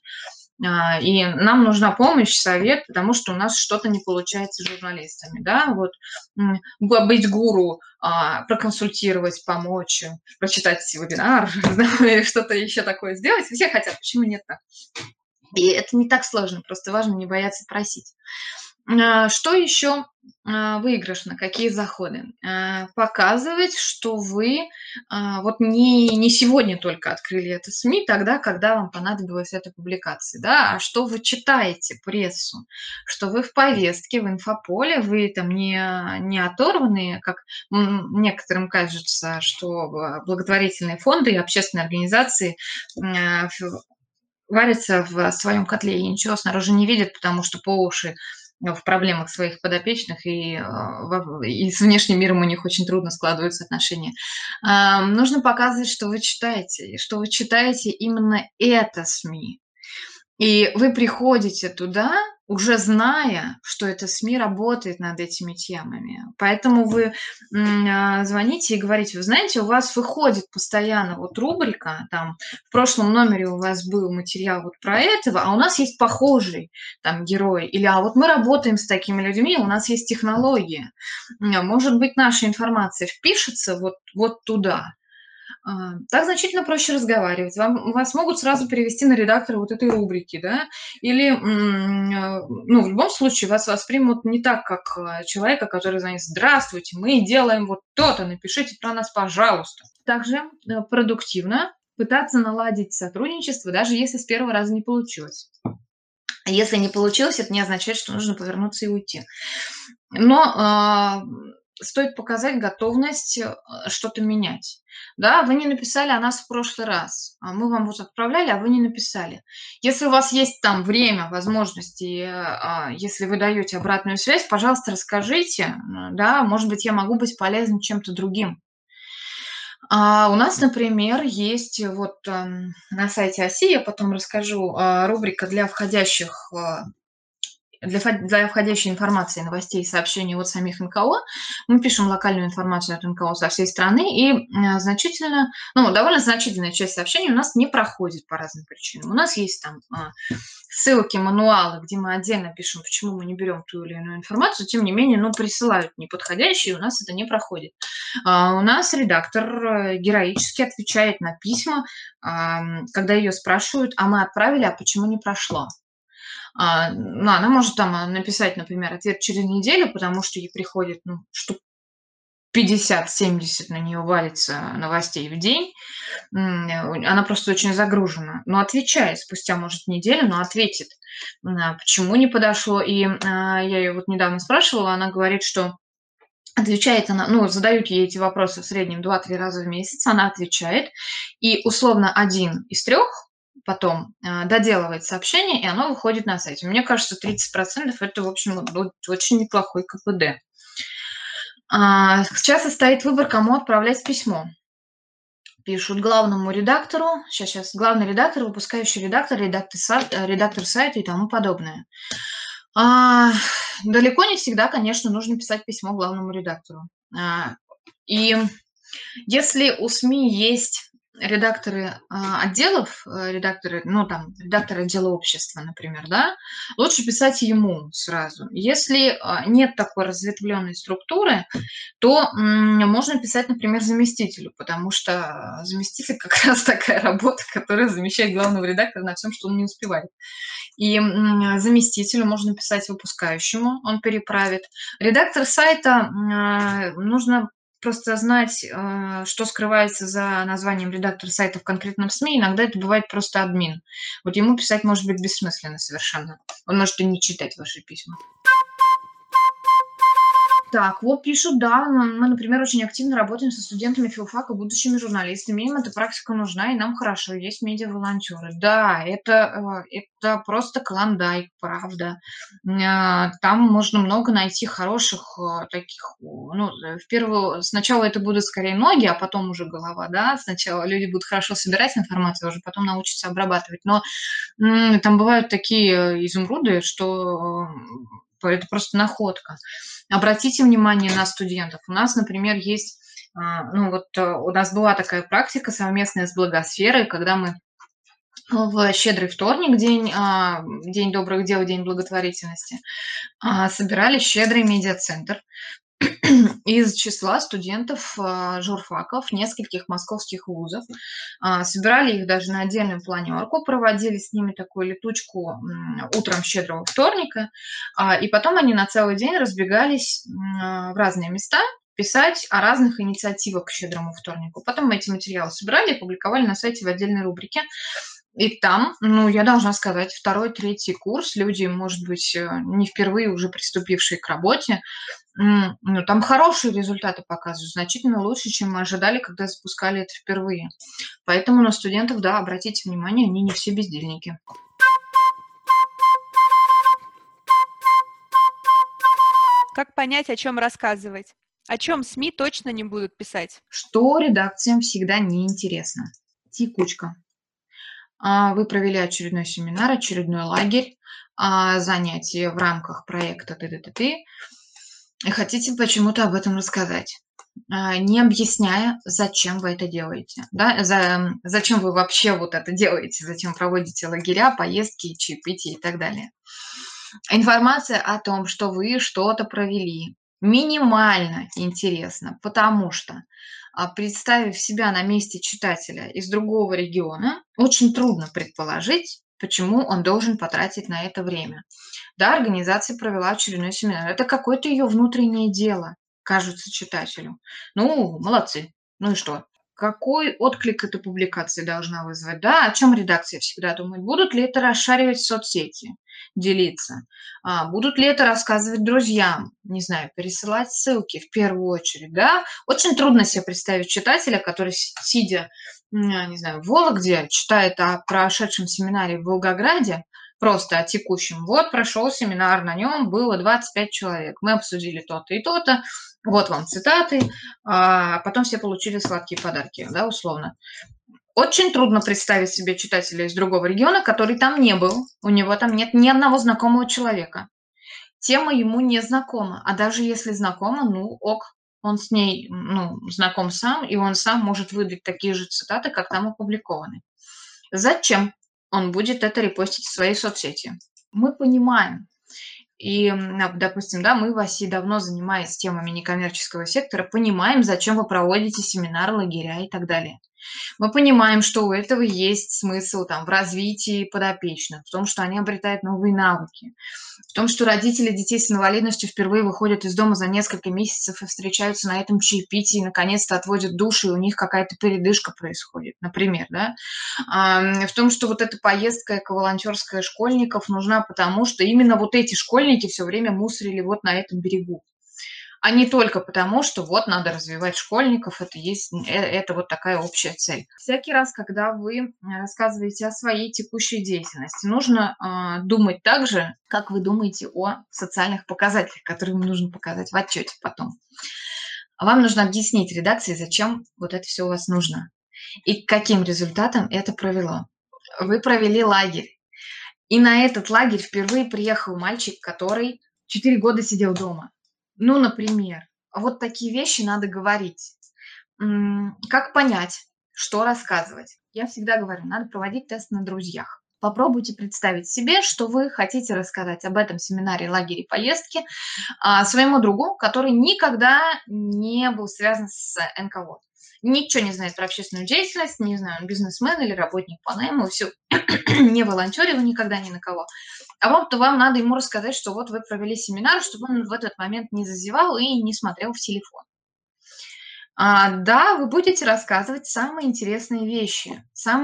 и нам нужна помощь, совет, потому что у нас что-то не получается с журналистами, да, вот быть гуру, проконсультировать, помочь, прочитать вебинар, что-то еще такое сделать. Все хотят, почему нет-то? И это не так сложно, просто важно не бояться просить. Что еще выигрышно? Какие заходы? Показывать, что вы вот не сегодня только открыли это СМИ, тогда, когда вам понадобилась эта публикация, да, а что вы читаете прессу, что вы в повестке, в инфополе, вы там не оторванные, как некоторым кажется, что благотворительные фонды и общественные организации варятся в своем котле и ничего снаружи не видят, потому что по уши в проблемах своих подопечных, и с внешним миром у них очень трудно складываются отношения. Нужно показывать, что вы читаете именно это СМИ. И вы приходите туда, уже зная, что это СМИ работает над этими темами. Поэтому вы звоните и говорите: вы знаете, у вас выходит постоянно вот рубрика, там, в прошлом номере у вас был материал вот про этого, а у нас есть похожий там герой. Или вот мы работаем с такими людьми, у нас есть технология. Может быть, наша информация впишется вот туда. Так значительно проще разговаривать. Вас могут сразу перевести на редактора вот этой рубрики, да, или, в любом случае вас воспримут не так, как человека, который звонит: здравствуйте, мы делаем вот то-то, напишите про нас, пожалуйста. Также продуктивно пытаться наладить сотрудничество, даже если с первого раза не получилось. Если не получилось, это не означает, что нужно повернуться и уйти. Но стоит показать готовность что-то менять. Да, вы не написали о нас в прошлый раз, а мы вам вот отправляли, а вы не написали. Если у вас есть там время, возможности, если вы даете обратную связь, пожалуйста, расскажите, да, может быть, я могу быть полезным чем-то другим. У нас, например, есть вот на сайте ОСИ, я потом расскажу, рубрика для входящей информации, новостей и сообщений от самих НКО. Мы пишем локальную информацию от НКО со всей страны, и довольно значительная часть сообщений у нас не проходит по разным причинам. У нас есть там ссылки, мануалы, где мы отдельно пишем, почему мы не берем ту или иную информацию, тем не менее, присылают неподходящие, у нас это не проходит. У нас редактор героически отвечает на письма, когда ее спрашивают, а мы отправили, а почему не прошло? Она может там написать, например, ответ через неделю, потому что ей приходит штук 50-70 на нее валится новостей в день. Она просто очень загружена. Но отвечает спустя, может, неделю, но ответит, почему не подошло. И я ее вот недавно спрашивала, она говорит, что отвечает она, задают ей эти вопросы в среднем 2-3 раза в месяц, она отвечает, и условно 1 из 3 потом доделывает сообщение, и оно выходит на сайте. Мне кажется, 30% это, в общем, очень неплохой КПД. Часто стоит выбор, кому отправлять письмо. Пишут главному редактору, сейчас главный редактор, выпускающий редактор, редактор сайта и тому подобное. Далеко не всегда, конечно, нужно писать письмо главному редактору. И если у СМИ есть редакторы отделов, редакторы отдела общества, например, да, лучше писать ему сразу. Если нет такой разветвленной структуры, то можно писать, например, заместителю, потому что заместитель как раз такая работа, которая замещает главного редактора на всем, что он не успевает. И заместителю можно писать выпускающему, он переправит. Редактор сайта нужно просто знать, что скрывается за названием редактор сайта в конкретном СМИ. Иногда это бывает просто админ. Вот ему писать может быть бессмысленно совершенно. Он может и не читать ваши письма. Так, вот пишут, да, мы, например, очень активно работаем со студентами филфака, будущими журналистами. Им эта практика нужна, и нам хорошо, есть медиа-волонтеры. Да, это просто клондайк, правда. Там можно много найти хороших таких, сначала это будут скорее ноги, а потом уже голова, да. Сначала люди будут хорошо собирать информацию, а уже потом научатся обрабатывать. Но там бывают такие изумруды, что это просто находка. Обратите внимание на студентов. У нас, например, есть, у нас была такая практика совместная с Благосферой, когда мы в щедрый вторник, день добрых дел, день благотворительности, собирали щедрый медиацентр из числа студентов журфаков нескольких московских вузов. Собирали их даже на отдельную планерку, проводили с ними такую летучку утром щедрого вторника, и потом они на целый день разбегались в разные места писать о разных инициативах к щедрому вторнику. Потом мы эти материалы собирали и публиковали на сайте в отдельной рубрике. И там, я должна сказать, 2-3 курс, люди, может быть, не впервые уже приступившие к работе, там хорошие результаты показывают, значительно лучше, чем мы ожидали, когда запускали это впервые. Поэтому на студентов, да, обратите внимание, они не все бездельники. Как понять, о чем рассказывать? О чем СМИ точно не будут писать? Что редакциям всегда неинтересно? Текучка. Вы провели очередной семинар, очередной лагерь, занятие в рамках проекта «Ты-ты-ты-ты», и хотите почему-то об этом рассказать, не объясняя, зачем вы это делаете, да? Зачем вы вообще вот это делаете, зачем проводите лагеря, поездки, чаепития и так далее. Информация о том, что вы что-то провели, минимально интересна, потому что, представив себя на месте читателя из другого региона, очень трудно предположить, почему он должен потратить на это время. Да, организация провела очередной семинар. Это какое-то ее внутреннее дело, кажется читателю. Молодцы. Ну и что? какой отклик эта публикация должна вызвать, да, о чем редакция всегда думает. Будут ли это расшаривать в соцсети, делиться, будут ли это рассказывать друзьям, не знаю, пересылать ссылки в первую очередь, да. Очень трудно себе представить читателя, который, сидя, не знаю, в Вологде, читает о прошедшем семинаре в Волгограде, просто о текущем. Вот прошел семинар, на нем было 25 человек. Мы обсудили то-то и то-то. Вот вам цитаты, а потом все получили сладкие подарки, да, условно. Очень трудно представить себе читателя из другого региона, который там не был, у него там нет ни одного знакомого человека. Тема ему не знакома, а даже если знакома, ну ок, он с ней, ну, знаком сам, и он сам может выдать такие же цитаты, как там опубликованы. Зачем он будет это репостить в своей соцсети? Мы понимаем, и, допустим, да, мы в ОСИ давно занимаясь темами некоммерческого сектора, понимаем, зачем вы проводите семинары, лагеря и так далее. Мы понимаем, что у этого есть смысл там, в развитии подопечных, в том, что они обретают новые навыки, в том, что родители детей с инвалидностью впервые выходят из дома за несколько месяцев и встречаются на этом чаепитии, и наконец-то отводят душу, и у них какая-то передышка происходит, например, да. В том, что вот эта поездка эко-волонтерская школьников нужна потому, что именно вот эти школьники все время мусорили вот на этом берегу, а не только потому, что вот надо развивать школьников, это вот такая общая цель. Всякий раз, когда вы рассказываете о своей текущей деятельности, нужно думать так же, как вы думаете о социальных показателях, которые вам нужно показать в отчете потом. Вам нужно объяснить редакции, зачем вот это все у вас нужно и к каким результатам это привело. Вы провели лагерь, и на этот лагерь впервые приехал мальчик, который 4 года сидел дома. Ну, например, вот такие вещи надо говорить. Как понять, что рассказывать? Я всегда говорю, надо проводить тест на друзьях. Попробуйте представить себе, что вы хотите рассказать об этом семинаре, лагере, поездке своему другу, который никогда не был связан с НКО. Ничего не знает про общественную деятельность, не знаю, он бизнесмен или работник по найму, все, не волонтерил никогда ни на кого. А вам надо ему рассказать, что вот вы провели семинар, чтобы он в этот момент не зазевал и не смотрел в телефон. Да, вы будете рассказывать самые интересные вещи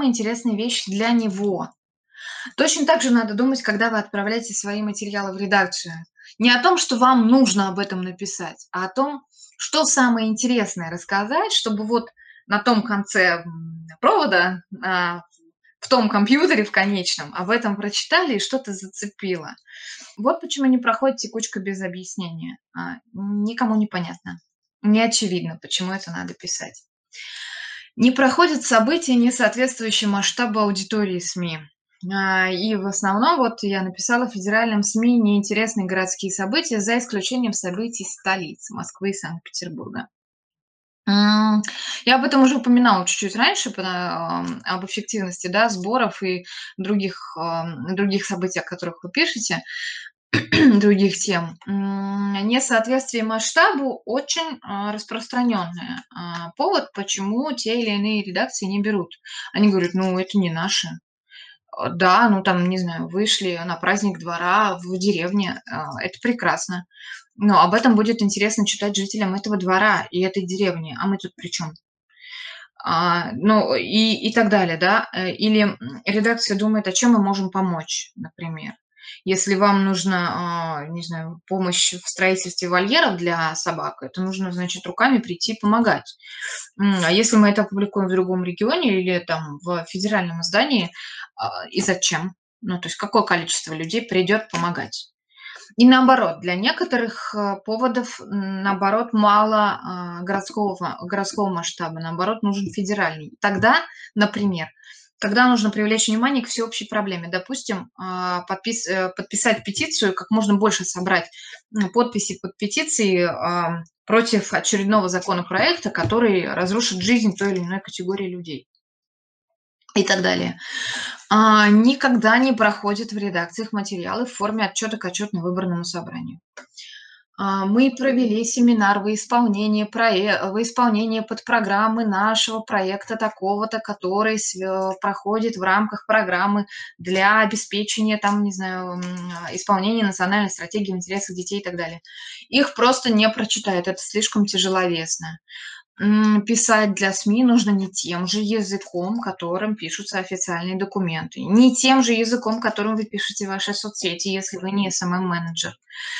для него. Точно так же надо думать, когда вы отправляете свои материалы в редакцию. Не о том, что вам нужно об этом написать, а о том, что самое интересное рассказать, чтобы вот на том конце провода, в том компьютере в конечном, об этом прочитали и что-то зацепило. Вот почему не проходит текучка без объяснения. Никому не понятно. Не очевидно, почему это надо писать. Не проходят события, не соответствующие масштабу аудитории СМИ. И в основном вот я написала федеральным СМИ неинтересные городские события, за исключением событий столиц Москвы и Санкт-Петербурга. Я об этом уже упоминала чуть-чуть раньше, об эффективности, да, сборов и других событий, о которых вы пишете, других тем. Несоответствие масштабу очень распространенный повод, почему те или иные редакции не берут. Они говорят, ну, это не наше. Да, ну там, не знаю, вышли на праздник двора в деревне, это прекрасно. Но об этом будет интересно читать жителям этого двора и этой деревни. А мы тут при чем? Ну и так далее, да. Или редакция думает, а чем мы можем помочь, например. Если вам нужна, не знаю, помощь в строительстве вольеров для собак, это нужно, значит, руками прийти и помогать. А если мы это опубликуем в другом регионе или там в федеральном издании, и зачем? Ну, то есть какое количество людей придет помогать? И наоборот, для некоторых поводов, наоборот, мало городского масштаба, наоборот, нужен федеральный. Тогда, например, когда нужно привлечь внимание к всеобщей проблеме, допустим, подписать петицию, как можно больше собрать подписи под петицией против очередного законопроекта, который разрушит жизнь той или иной категории людей и так далее. Никогда не проходят в редакциях материалы в форме отчета к отчетно-выборному собранию. Мы провели семинар во исполнение подпрограммы нашего проекта такого-то, который проходит в рамках программы для обеспечения, там, не знаю, исполнения национальной стратегии в интересах детей и так далее. Их просто не прочитают, это слишком тяжеловесно. писать для СМИ нужно не тем же языком, которым пишутся официальные документы, не тем же языком, которым вы пишете ваши соцсети, если вы не SMM-менеджер.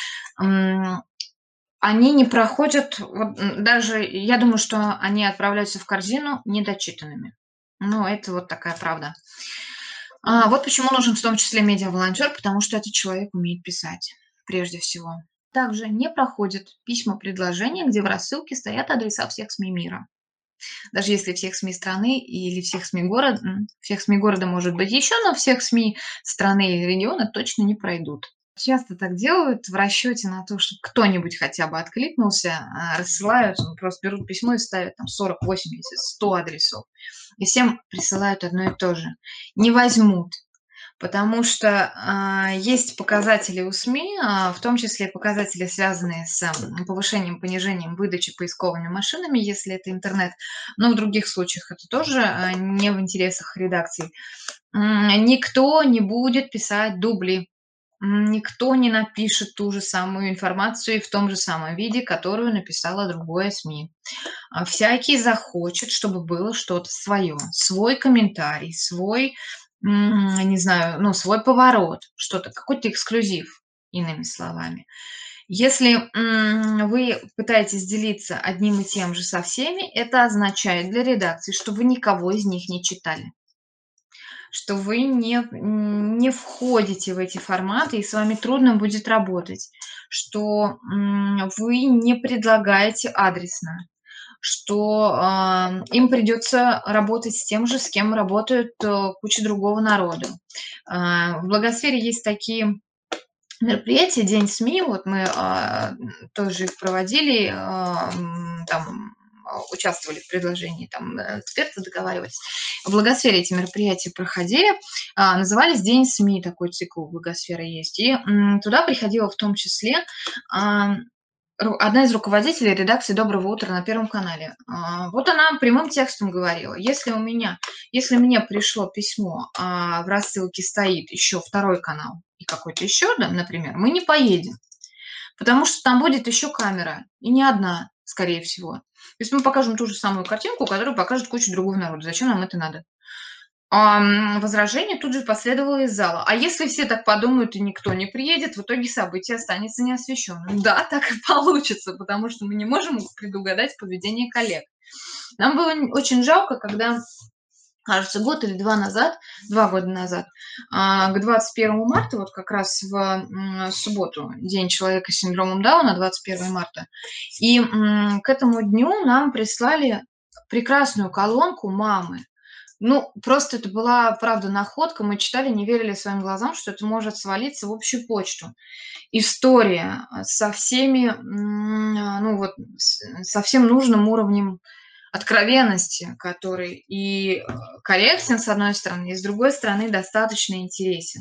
Они не проходят, вот, даже я думаю, что они отправляются в корзину недочитанными. Ну, это вот такая правда. Вот почему нужен в том числе медиа-волонтер, потому что этот человек умеет писать, прежде всего. Также не проходят письма-предложения, где в рассылке стоят адреса всех СМИ мира. Даже если всех СМИ страны или всех СМИ города, всех СМИ города может быть еще, но всех СМИ страны или региона точно не пройдут. Часто так делают в расчете на то, чтобы кто-нибудь хотя бы откликнулся, рассылают, просто берут письмо и ставят там 40, 80, 100 адресов. И всем присылают одно и то же. Не возьмут, потому что есть показатели у СМИ, в том числе показатели, связанные с повышением, понижением выдачи поисковыми машинами, если это интернет, но в других случаях это тоже не в интересах редакций. Никто не будет писать дубли. Никто не напишет ту же самую информацию и в том же самом виде, которую написала другое СМИ. Всякий захочет, чтобы было что-то свое, свой комментарий, свой, не знаю, ну, свой поворот, что-то, какой-то эксклюзив, иными словами. Если вы пытаетесь делиться одним и тем же со всеми, это означает для редакции, что вы никого из них не читали, что вы не входите в эти форматы, и с вами трудно будет работать, что вы не предлагаете адресно, что им придется работать с тем же, с кем работают куча другого народа. В благосфере есть такие мероприятия, День СМИ, вот мы тоже их проводили, там участвовали в предложении, там эксперты договаривались. В благосфере эти мероприятия проходили, назывались День СМИ, такой цикл у благосферы есть. И туда приходила в том числе одна из руководителей редакции «Доброго утра» на Первом канале. Вот она прямым текстом говорила: если мне пришло письмо, в рассылке стоит еще второй канал и какой-то еще, да, например, мы не поедем, потому что там будет еще камера, и не одна, скорее всего. То есть мы покажем ту же самую картинку, которую покажет куча другого народа. Зачем нам это надо? Возражение тут же последовало из зала. А если все так подумают и никто не приедет, в итоге событие останется неосвещенным. Да, так и получится, потому что мы не можем предугадать поведение коллег. Нам было очень жалко, когда, кажется, год или 2 года назад, к 21 марта, вот как раз в субботу, День человека с синдромом Дауна, 21 марта, и к этому дню нам прислали прекрасную колонку мамы. Ну, просто это была, правда, находка. Мы читали, не верили своим глазам, что это может свалиться в общую почту. История со всеми, ну вот, со всем нужным уровнем откровенности, который и корректен, с одной стороны, и с другой стороны, достаточно интересен.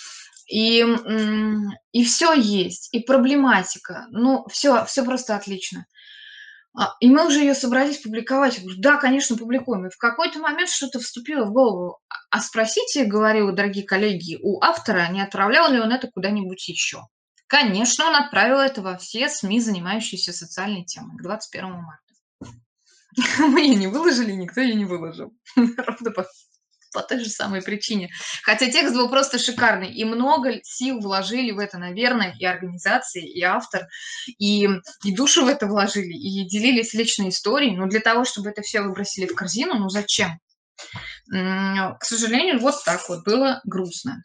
И все есть, и проблематика. Ну, все просто отлично. И мы уже ее собрались публиковать. Я говорю: да, конечно, публикуем. И в какой-то момент что-то вступило в голову. А спросите, говорю, дорогие коллеги, у автора, не отправлял ли он это куда-нибудь еще? Конечно, он отправил это во все СМИ, занимающиеся социальной темой, к 21 марта. Мы ее не выложили, никто ее не выложил. Ровно по той же самой причине. Хотя текст был просто шикарный, и много сил вложили в это, наверное, и организации, и автор, и душу в это вложили, и делились личной историей. Но для того, чтобы это все выбросили в корзину, ну зачем? К сожалению, вот так вот было грустно.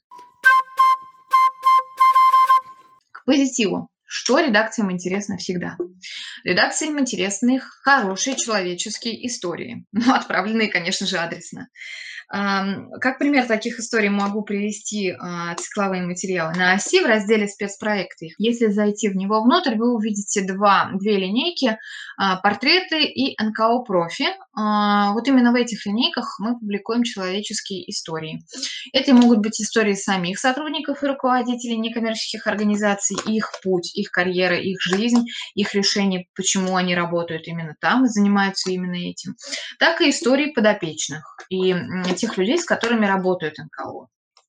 К позитиву. Что редакциям интересно всегда? Редакциям интересны хорошие человеческие истории, но отправленные, конечно же, адресно. Как пример таких историй могу привести цикловые материалы. На оси в разделе «Спецпроекты». Если зайти в него внутрь, вы увидите две линейки: портреты и НКО профи. Вот именно в этих линейках мы публикуем человеческие истории. Это могут быть истории самих сотрудников и руководителей некоммерческих организаций, их путь, их карьера, их жизнь, их решение, почему они работают именно там и занимаются именно этим, так и истории подопечных и тех людей, с которыми работают НКО.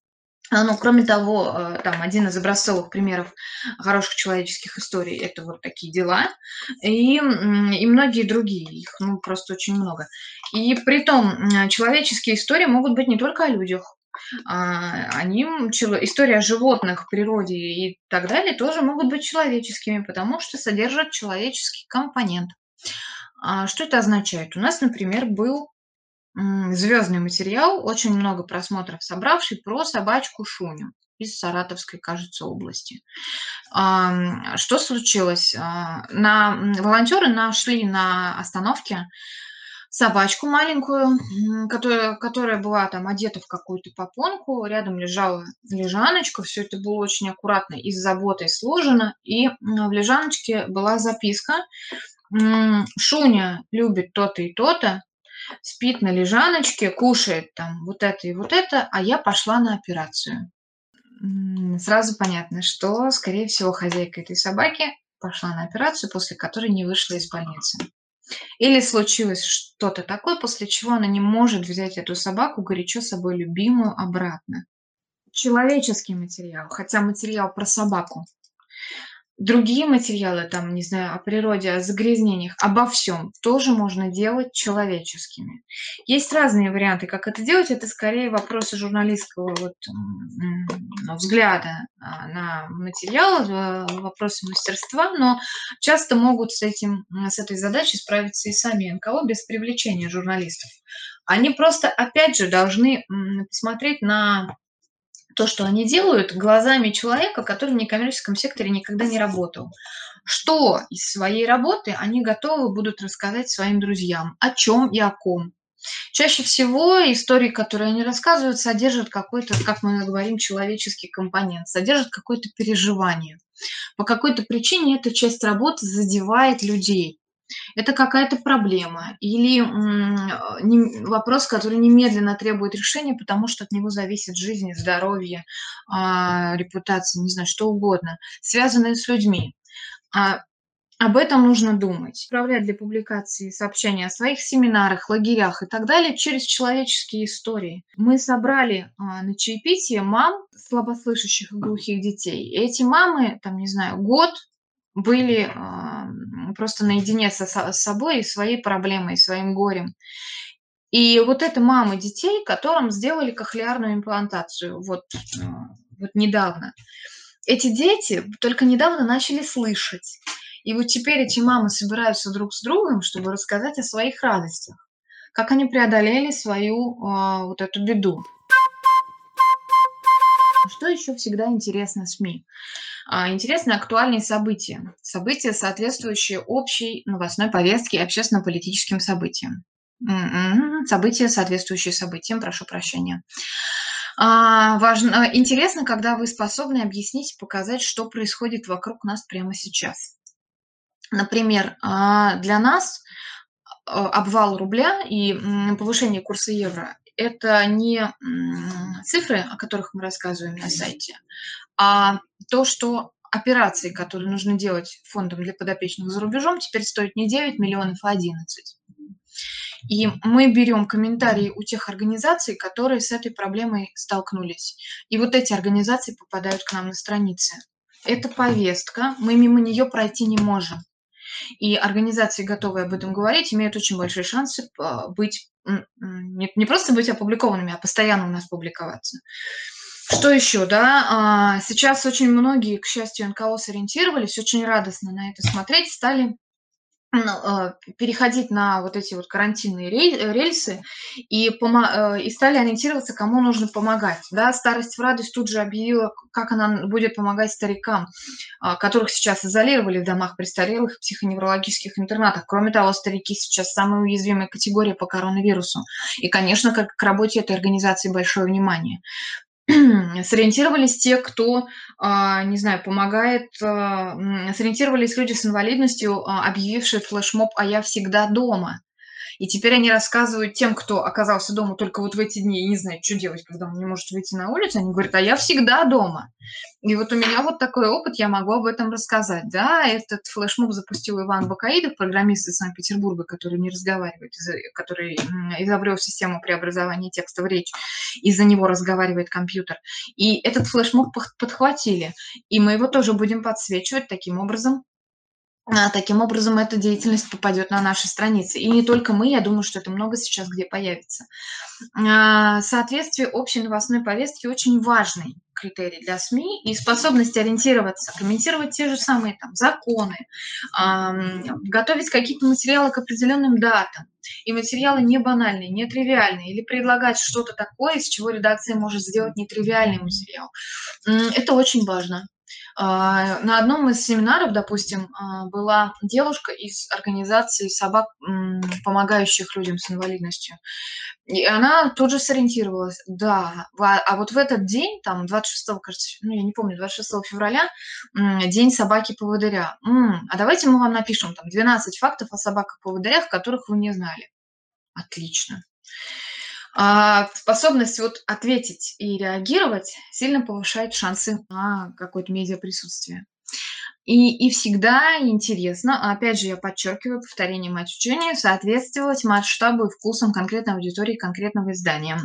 Ну, кроме того, там один из образцовых примеров хороших человеческих историй — это вот такие дела, и многие другие, их, ну, просто очень много. И притом, человеческие истории могут быть не только о людях, история о животных, природе и так далее тоже могут быть человеческими, потому что содержат человеческий компонент. Что это означает? У нас, например, был звездный материал, очень много просмотров собравший, про собачку Шуню из Саратовской, кажется, области. Что случилось? Волонтеры нашли на остановке собачку маленькую, которая была там одета в какую-то попонку, рядом лежала лежаночка, все это было очень аккуратно и с заботой сложено, и в лежаночке была записка: «Шуня любит то-то и то-то, спит на лежаночке, кушает там вот это и вот это, а я пошла на операцию». Сразу понятно, что, скорее всего, хозяйка этой собаки пошла на операцию, после которой не вышла из больницы. Или случилось что-то такое, после чего она не может взять эту собаку, горячо собой любимую, обратно. Человеческий материал, хотя материал про собаку. Другие материалы, там, не знаю, о природе, о загрязнениях, обо всем тоже можно делать человеческими. Есть разные варианты, как это делать. Это скорее вопросы журналистского взгляда на материал, вопросы мастерства, но часто могут с этой задачей справиться и сами НКО без привлечения журналистов. Они просто, опять же, должны посмотреть на то, что они делают, глазами человека, который в некоммерческом секторе никогда не работал. Что из своей работы они готовы будут рассказать своим друзьям, о чем и о ком. Чаще всего истории, которые они рассказывают, содержат какой-то, как мы говорим, человеческий компонент, содержат какое-то переживание. По какой-то причине эта часть работы задевает людей. Это какая-то проблема или вопрос, который немедленно требует решения, потому что от него зависит жизнь, здоровье, репутация, не знаю, что угодно, связанное с людьми. Об этом нужно думать. Отправлять для публикации сообщения о своих семинарах, лагерях и так далее через человеческие истории. Мы собрали на чаепитие мам слабослышащих и глухих детей. И эти мамы, там, не знаю, год были просто наедине с собой и своей проблемой, и своим горем. И вот это мамы детей, которым сделали кохлеарную имплантацию вот недавно. Эти дети только недавно начали слышать. И вот теперь эти мамы собираются друг с другом, чтобы рассказать о своих радостях, как они преодолели свою вот эту беду. Что еще всегда интересно СМИ? Интересны актуальные события. События, соответствующие общей новостной повестке и общественно-политическим событиям. События, соответствующие событиям, прошу прощения. Интересно, когда вы способны объяснить и показать, что происходит вокруг нас прямо сейчас. Например, для нас обвал рубля и повышение курса евро — это не цифры, о которых мы рассказываем на сайте, а то, что операции, которые нужно делать фондом для подопечных за рубежом, теперь стоят не 9 миллионов, а 11. И мы берем комментарии у тех организаций, которые с этой проблемой столкнулись. И вот эти организации попадают к нам на страницы. Это повестка, мы мимо нее пройти не можем. И организации, готовые об этом говорить, имеют очень большие шансы быть, не просто быть опубликованными, а постоянно у нас публиковаться. Что еще, да? Сейчас очень многие, к счастью, НКО сориентировались, очень радостно на это смотреть, стали переходить на вот эти вот карантинные рельсы и стали ориентироваться, кому нужно помогать. Да? «Старость в радость» тут же объявила, как она будет помогать старикам, которых сейчас изолировали в домах престарелых, психоневрологических интернатах. Кроме того, старики сейчас самая уязвимая категория по коронавирусу. И, конечно, к работе этой организации большое внимание. Сориентировались те, кто, не знаю, помогает, сориентировались люди с инвалидностью, объявившие флешмоб «А я всегда дома». И теперь они рассказывают тем, кто оказался дома только вот в эти дни и не знает, что делать, когда он не может выйти на улицу. Они говорят: а я всегда дома. И вот у меня вот такой опыт, я могу об этом рассказать. Да, этот флешмоб запустил Иван Бакаидов, программист из Санкт-Петербурга, который не разговаривает, который изобрел систему преобразования текста в речь. Из-за него разговаривает компьютер. И этот флешмоб подхватили. И мы его тоже будем подсвечивать таким образом. Таким образом, эта деятельность попадет на наши страницы. И не только мы, я думаю, что это много сейчас где появится. Соответствие общей новостной повестки очень важный критерий для СМИ, и способность ориентироваться, комментировать те же самые там законы, готовить какие-то материалы к определенным датам. И материалы не банальные, не тривиальные, или предлагать что-то такое, из чего редакция может сделать нетривиальный материал. Это очень важно. На одном из семинаров, допустим, была девушка из организации собак, помогающих людям с инвалидностью. И она тут же сориентировалась. Да, а вот в этот день, там, 26, кажется, ну, я не помню, 26 февраля, день собаки-поводыря. А давайте мы вам напишем там 12 фактов о собаках-поводырях, которых вы не знали. Отлично. Способность вот ответить и реагировать сильно повышает шансы на какое-то медиаприсутствие. И всегда интересно, опять же, я подчеркиваю, повторение мать учения, соответствовать масштабу и вкусам конкретной аудитории, конкретного издания.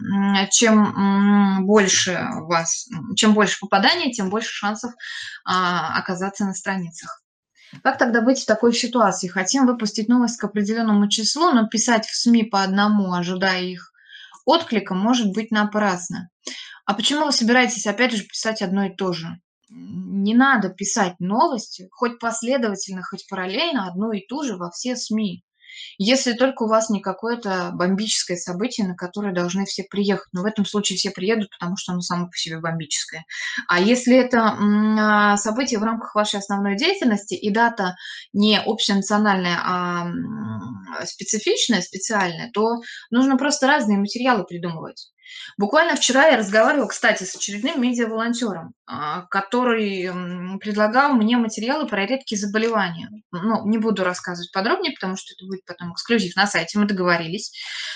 Чем больше у вас, чем больше попаданий, тем больше шансов оказаться на страницах. Как тогда быть в такой ситуации? Хотим выпустить новость к определенному числу, но писать в СМИ по одному, ожидая их отклика, может быть напрасно. А почему вы собираетесь опять же писать одно и то же? Не надо писать новости, хоть последовательно, хоть параллельно, одну и ту же во все СМИ. Если только у вас не какое-то бомбическое событие, на которое должны все приехать. Но в этом случае все приедут, потому что оно само по себе бомбическое. А если это событие в рамках вашей основной деятельности, и дата не общенациональная, а специфичная, специальная, то нужно просто разные материалы придумывать. Буквально вчера я разговаривала, кстати, с очередным медиаволонтером, который предлагал мне материалы про редкие заболевания. Ну, не буду рассказывать подробнее, потому что это будет потом эксклюзив на сайте, мы договорились.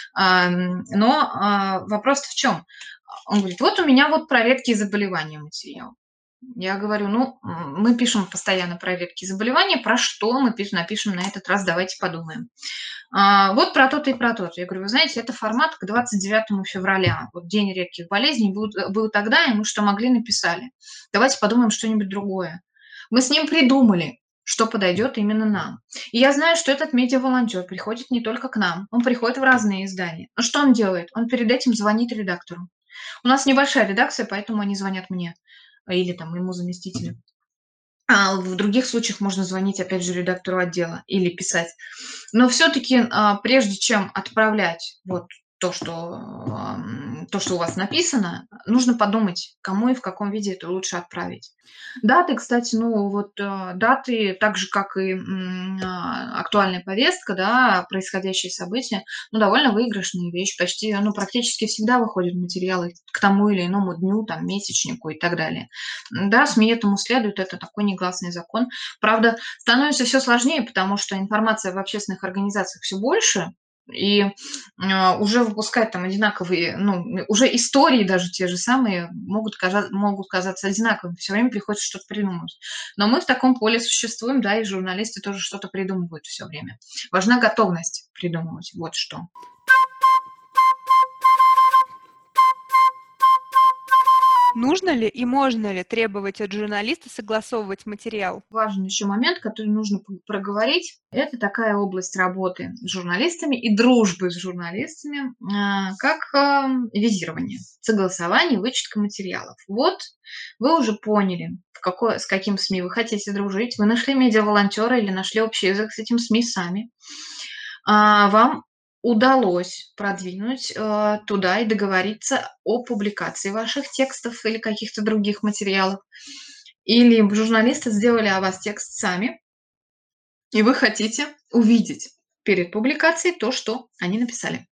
Но вопрос в чем? Он говорит: вот у меня вот про редкие заболевания материал. Я говорю: ну, мы пишем постоянно про редкие заболевания, про что мы напишем на этот раз, давайте подумаем. Вот про то-то и про то-то. Я говорю: вы знаете, это формат к 29 февраля. Вот день редких болезней был тогда, и мы что могли, написали. Давайте подумаем что-нибудь другое. Мы с ним придумали, что подойдет именно нам. И я знаю, что этот медиаволонтер приходит не только к нам, он приходит в разные издания. Но что он делает? Он перед этим звонит редактору. У нас небольшая редакция, поэтому они звонят мне или там моему заместителю. А в других случаях можно звонить, опять же, редактору отдела или писать. Но все-таки, прежде чем отправлять вот то, что у вас написано, нужно подумать, кому и в каком виде это лучше отправить. Даты, кстати, ну вот даты, так же, как и актуальная повестка, да, происходящие события, ну, довольно выигрышная вещь. Почти, ну, практически всегда выходят материалы к тому или иному дню, там, месячнику и так далее. Да, СМИ этому следуют, это такой негласный закон. Правда, становится все сложнее, потому что информация в общественных организациях все больше, и уже выпускать там одинаковые, ну, уже истории даже те же самые могут казаться одинаковыми. Все время приходится что-то придумывать. Но мы в таком поле существуем, да, и журналисты тоже что-то придумывают все время. Важна готовность придумывать, вот что. Нужно ли и можно ли требовать от журналиста согласовывать материал? Важный еще момент, который нужно проговорить, это такая область работы с журналистами и дружбы с журналистами, как визирование, согласование, вычетка материалов. Вот вы уже поняли, с каким СМИ вы хотите дружить, вы нашли медиаволонтера или нашли общий язык с этим СМИ сами. Вам удалось продвинуть туда и договориться о публикации ваших текстов или каких-то других материалов. Или журналисты сделали о вас текст сами, и вы хотите увидеть перед публикацией то, что они написали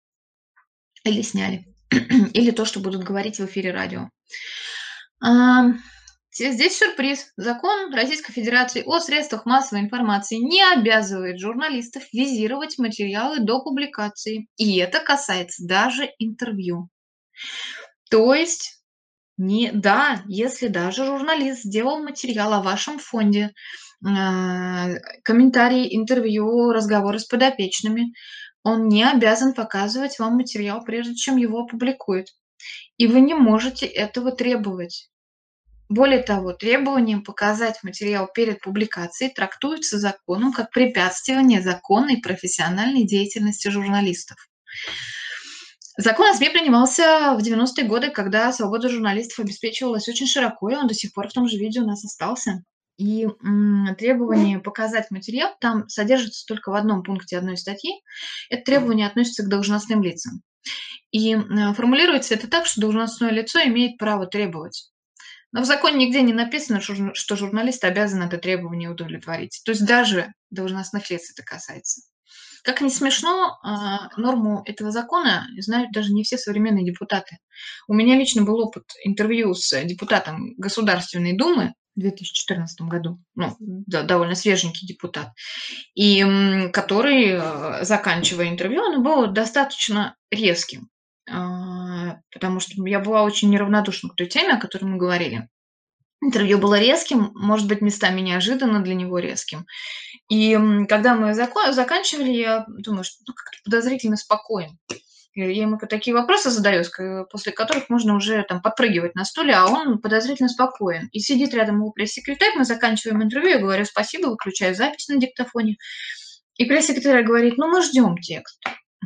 или сняли, или то, что будут говорить в эфире радио. Здесь сюрприз. Закон Российской Федерации о средствах массовой информации не обязывает журналистов визировать материалы до публикации. И это касается даже интервью. То есть, да, если даже журналист сделал материал о вашем фонде, комментарии, интервью, разговоры с подопечными, он не обязан показывать вам материал, прежде чем его опубликует. И вы не можете этого требовать. Более того, требование показать материал перед публикацией трактуется законом как препятствие незаконной профессиональной деятельности журналистов. Закон о СМИ принимался в 90-е годы, когда свобода журналистов обеспечивалась очень широко, и он до сих пор в том же виде у нас остался. И требование показать материал там содержится только в одном пункте одной статьи. Это требование относится к должностным лицам. И формулируется это так, что должностное лицо имеет право требовать. Но в законе нигде не написано, что журналист обязан это требование удовлетворить. То есть даже должностных лиц это касается. Как ни смешно, норму этого закона знают даже не все современные депутаты. У меня лично был опыт интервью с депутатом Государственной Думы в 2014 году, довольно свеженький депутат, и который, заканчивая интервью, оно было достаточно резким, потому что я была очень неравнодушна к той теме, о которой мы говорили. Интервью было резким, может быть, местами неожиданно для него резким. И когда мы заканчивали, я думаю, что как-то подозрительно спокоен. Я ему такие вопросы задаю, после которых можно уже там подпрыгивать на стуле, а он подозрительно спокоен. И сидит рядом его пресс-секретарь, мы заканчиваем интервью, я говорю спасибо, выключаю запись на диктофоне. И пресс-секретарь говорит, мы ждем текст.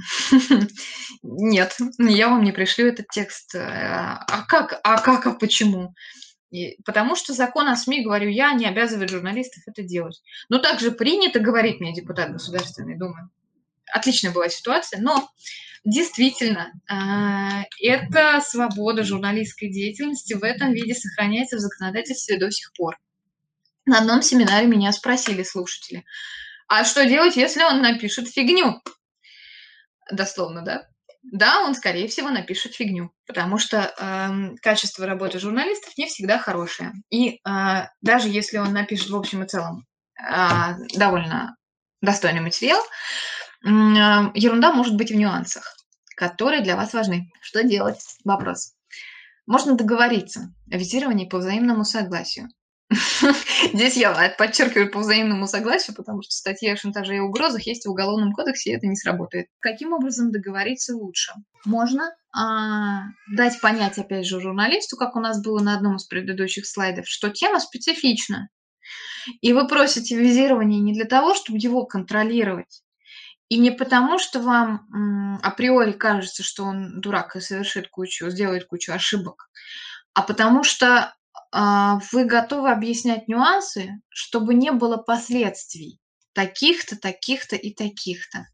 Нет, я вам не пришлю этот текст. А почему? Потому что закон о СМИ, говорю я, не обязывает журналистов это делать. Но также принято, говорит мне депутат Государственной Думы. Отличная была ситуация, но действительно, эта свобода журналистской деятельности в этом виде сохраняется в законодательстве до сих пор. На одном семинаре меня спросили слушатели, а что делать, если он напишет фигню? Дословно, да? Да, он, скорее всего, напишет фигню, потому что качество работы журналистов не всегда хорошее. И даже если он напишет в общем и целом довольно достойный материал, ерунда может быть в нюансах, которые для вас важны. Что делать? Вопрос. Можно договориться о визировании по взаимному согласию. Здесь я подчеркиваю по взаимному согласию, потому что статья о шантаже и угрозах есть в Уголовном кодексе, и это не сработает. Каким образом договориться лучше? Можно дать понять, опять же, журналисту, как у нас было на одном из предыдущих слайдов, что тема специфична. И вы просите визирование не для того, чтобы его контролировать, и не потому, что вам априори кажется, что он дурак и сделает кучу ошибок, а потому что вы готовы объяснять нюансы, чтобы не было последствий таких-то, таких-то и таких-то.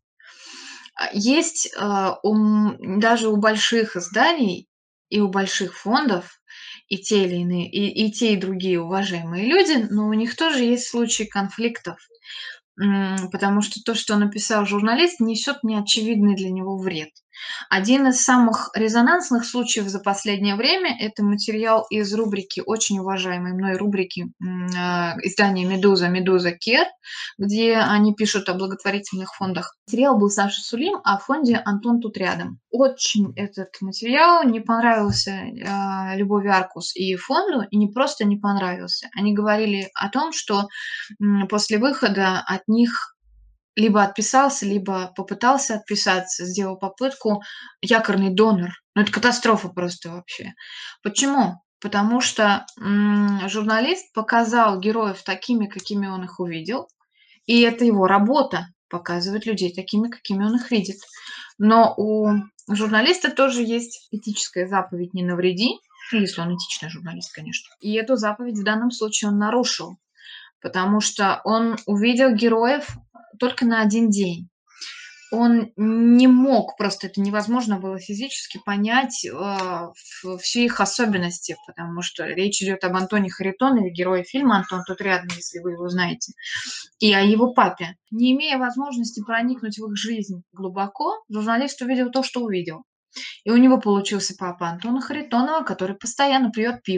Есть даже у больших изданий и у больших фондов и те или иные, и те, и другие уважаемые люди, но у них тоже есть случаи конфликтов, потому что то, что написал журналист, несет неочевидный для него вред. Один из самых резонансных случаев за последнее время – это материал из рубрики, очень уважаемой мной рубрики издания «Медуза Кер», где они пишут о благотворительных фондах. Материал был Саша Сулим о фонде «Антон тут рядом». Очень этот материал не понравился Любови Аркус и фонду, и не просто не понравился. Они говорили о том, что после выхода от них либо отписался, либо попытался отписаться, сделал попытку якорный донор. Это катастрофа просто вообще. Почему? Потому что журналист показал героев такими, какими он их увидел, и это его работа — показывать людей такими, какими он их видит. Но у журналиста тоже есть этическая заповедь «не навреди», если он этичный журналист, конечно. И эту заповедь в данном случае он нарушил, потому что он увидел героев только на один день. Он не мог, просто это невозможно было физически понять все их особенности, потому что речь идет об Антоне Харитонове, герое фильма «Антон тут рядом», если вы его знаете, и о его папе. Не имея возможности проникнуть в их жизнь глубоко, журналист увидел то, что увидел. И у него получился папа Антона Харитонова, который постоянно пьет пиво,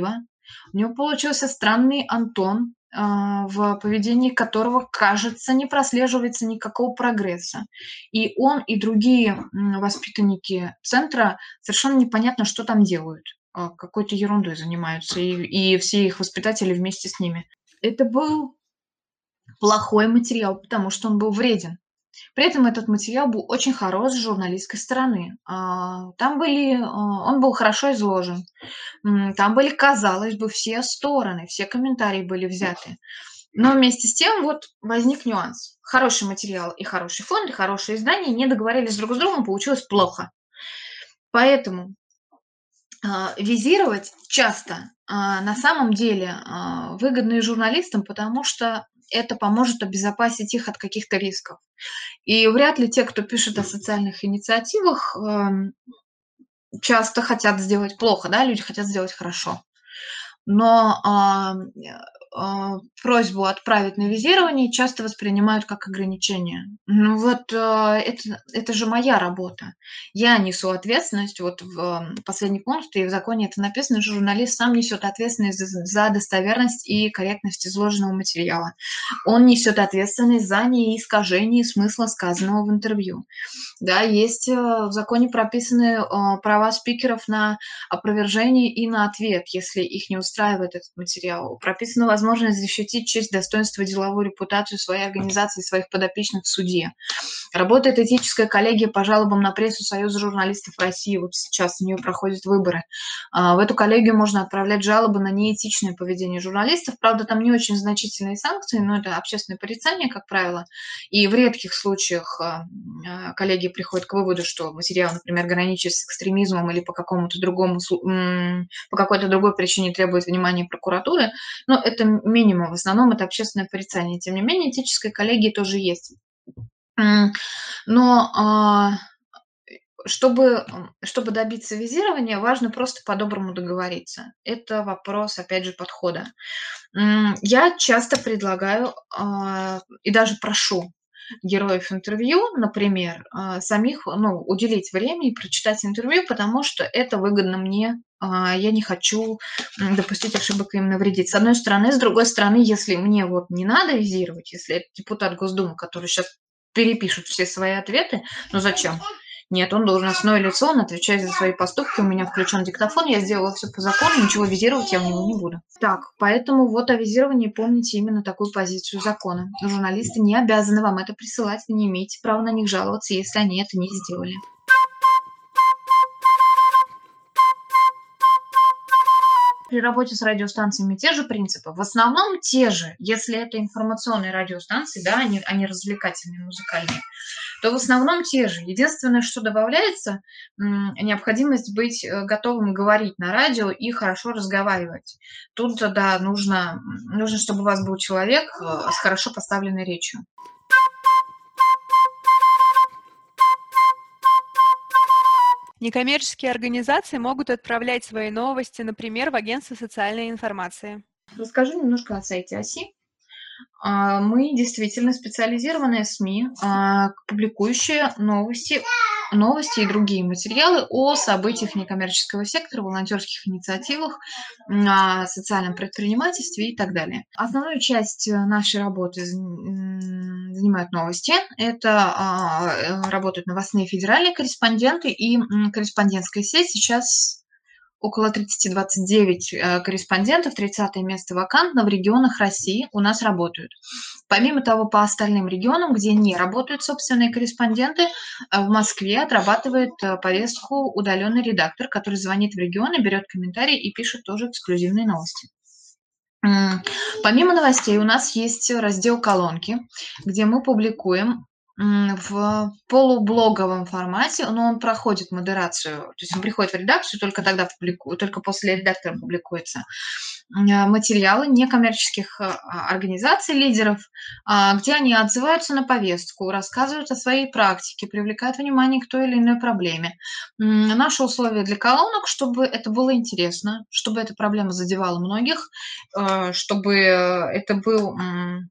У него получился странный Антон, в поведении которого, кажется, не прослеживается никакого прогресса. И он, и другие воспитанники центра совершенно непонятно, что там делают. Какой-то ерундой занимаются, и все их воспитатели вместе с ними. Это был плохой материал, потому что он был вреден. При этом этот материал был очень хорош с журналистской стороны. Он был хорошо изложен. Там были, казалось бы, все стороны, все комментарии были взяты. Но вместе с тем вот возник нюанс. Хороший материал и хороший фонд, и хорошее издание не договорились друг с другом, получилось плохо. Поэтому визировать часто на самом деле выгодно и журналистам, потому что это поможет обезопасить их от каких-то рисков. И вряд ли те, кто пишет о социальных инициативах, часто хотят сделать плохо, да, люди хотят сделать хорошо. Но просьбу отправить на визирование часто воспринимают как ограничение. Ну вот это же моя работа. Я несу ответственность. Вот в последний пункт, и в законе это написано, что журналист сам несет ответственность за достоверность и корректность изложенного материала. Он несет ответственность за неискажение смысла сказанного в интервью. Да, есть в законе прописаны права спикеров на опровержение и на ответ, если их не устраивает этот материал. Прописана возможность защитить честь, достоинство, деловую репутацию своей организации, своих подопечных в суде. Работает этическая коллегия по жалобам на прессу Союза журналистов России. Вот сейчас у нее проходят выборы. В эту коллегию можно отправлять жалобы на неэтичное поведение журналистов. Правда, там не очень значительные санкции, но это общественное порицание, как правило. И в редких случаях коллегия приходит к выводу, что материал, например, граничит с экстремизмом или по какому-то другому, по какой-то другой причине требует внимания прокуратуры. Но это минимум. В основном это общественное порицание. Тем не менее, этическая коллегия тоже есть. Но чтобы добиться визирования, важно просто по-доброму договориться. Это вопрос, опять же, подхода. Я часто предлагаю и даже прошу героев интервью, например, самих, уделить время и прочитать интервью, потому что это выгодно мне. Я не хочу допустить ошибок и им навредить. С одной стороны. С другой стороны, если мне вот не надо визировать, если это депутат Госдумы, который сейчас перепишет все свои ответы, зачем? Нет, он должен основное лицо, он отвечает за свои поступки, у меня включен диктофон, я сделала все по закону, ничего визировать я в него не буду. Так, поэтому вот о визировании помните именно такую позицию закона. Журналисты не обязаны вам это присылать, вы не имеете права на них жаловаться, если они это не сделали. При работе с радиостанциями те же принципы, в основном те же, если это информационные радиостанции, да, они развлекательные, музыкальные, то в основном те же. Единственное, что добавляется, необходимость быть готовым говорить на радио и хорошо разговаривать. Тут, да, нужно, чтобы у вас был человек с хорошо поставленной речью. Некоммерческие организации могут отправлять свои новости, например, в агентство социальной информации. Расскажу немножко о сайте ОСИ. Мы действительно специализированные СМИ, публикующие новости и другие материалы о событиях некоммерческого сектора, волонтерских инициативах, социальном предпринимательстве и так далее. Основную часть нашей работы занимают новости. Это работают новостные федеральные корреспонденты и корреспондентская сеть. Сейчас около 30-29 корреспондентов, 30-е место вакантно в регионах России у нас работают. Помимо того, по остальным регионам, где не работают собственные корреспонденты, в Москве отрабатывает повестку удаленный редактор, который звонит в регионы, берет комментарии и пишет тоже эксклюзивные новости. Помимо новостей у нас есть раздел «Колонки», где мы публикуем в полублоговом формате, но он проходит модерацию, то есть он приходит в редакцию, только тогда публикует, только после редактора публикуется материалы некоммерческих организаций, лидеров, где они отзываются на повестку, рассказывают о своей практике, привлекают внимание к той или иной проблеме. Наши условия для колонок, чтобы это было интересно, чтобы эта проблема задевала многих, чтобы это был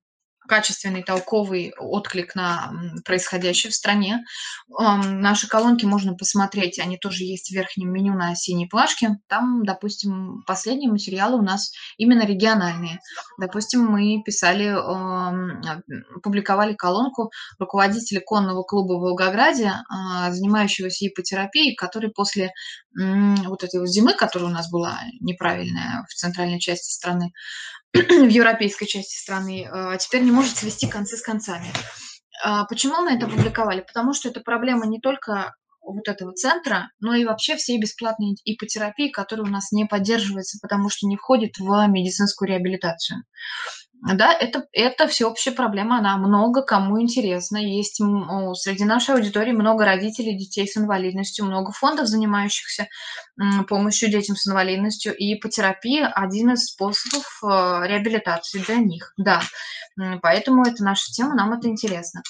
качественный, толковый отклик на происходящее в стране. Наши колонки можно посмотреть, они тоже есть в верхнем меню на синей плашке. Там, допустим, последние материалы у нас именно региональные. Допустим, мы публиковали колонку руководителя конного клуба в Волгограде, занимающегося иппотерапией, который после вот этой вот зимы, которая у нас была неправильная в центральной части страны, в европейской части страны, теперь не может свести концы с концами. Почему мы это публиковали? Потому что это проблема не только вот этого центра, но и вообще всей бесплатной иппотерапии, которая у нас не поддерживается, потому что не входит в медицинскую реабилитацию. Да, это всеобщая проблема, она много кому интересна. Есть среди нашей аудитории много родителей детей с инвалидностью, много фондов, занимающихся помощью детям с инвалидностью, и иппотерапия – один из способов реабилитации для них, да. Поэтому это наша тема, нам это интересно.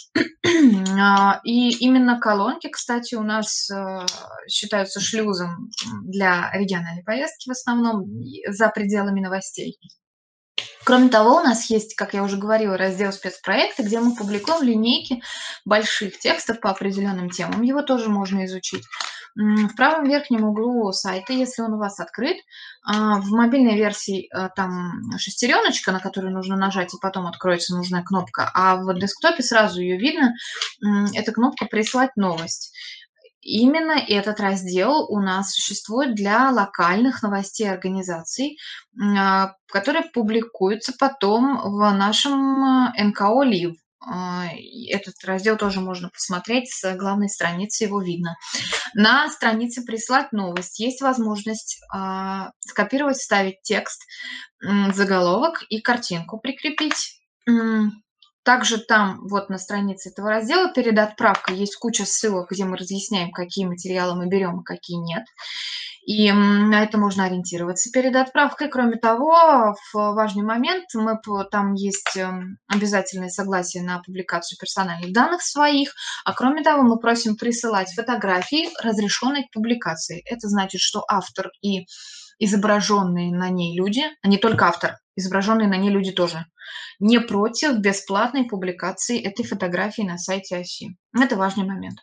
И именно колонки, кстати, у нас считаются шлюзом для региональной повестки в основном, за пределами новостей. Кроме того, у нас есть, как я уже говорила, раздел «Спецпроекты», где мы публикуем линейки больших текстов по определенным темам. Его тоже можно изучить. В правом верхнем углу сайта, если он у вас открыт, в мобильной версии там шестереночка, на которую нужно нажать, и потом откроется нужная кнопка, а в десктопе сразу ее видно, это кнопка «Прислать новость». Именно этот раздел у нас существует для локальных новостей организаций, которые публикуются потом в нашем НКО «Лив». Этот раздел тоже можно посмотреть, с главной страницы его видно. На странице «Прислать новость» есть возможность скопировать, вставить текст, заголовок и картинку прикрепить. Также там, вот на странице этого раздела, перед отправкой есть куча ссылок, где мы разъясняем, какие материалы мы берем, а какие нет. И на это можно ориентироваться перед отправкой. Кроме того, важный момент, там есть обязательное согласие на публикацию персональных данных своих, а кроме того, мы просим присылать фотографии, разрешенной к публикации. Это значит, что автор и изображенные на ней люди, а не только автор, изображенные на ней люди тоже, не против бесплатной публикации этой фотографии на сайте ОСИ. Это важный момент.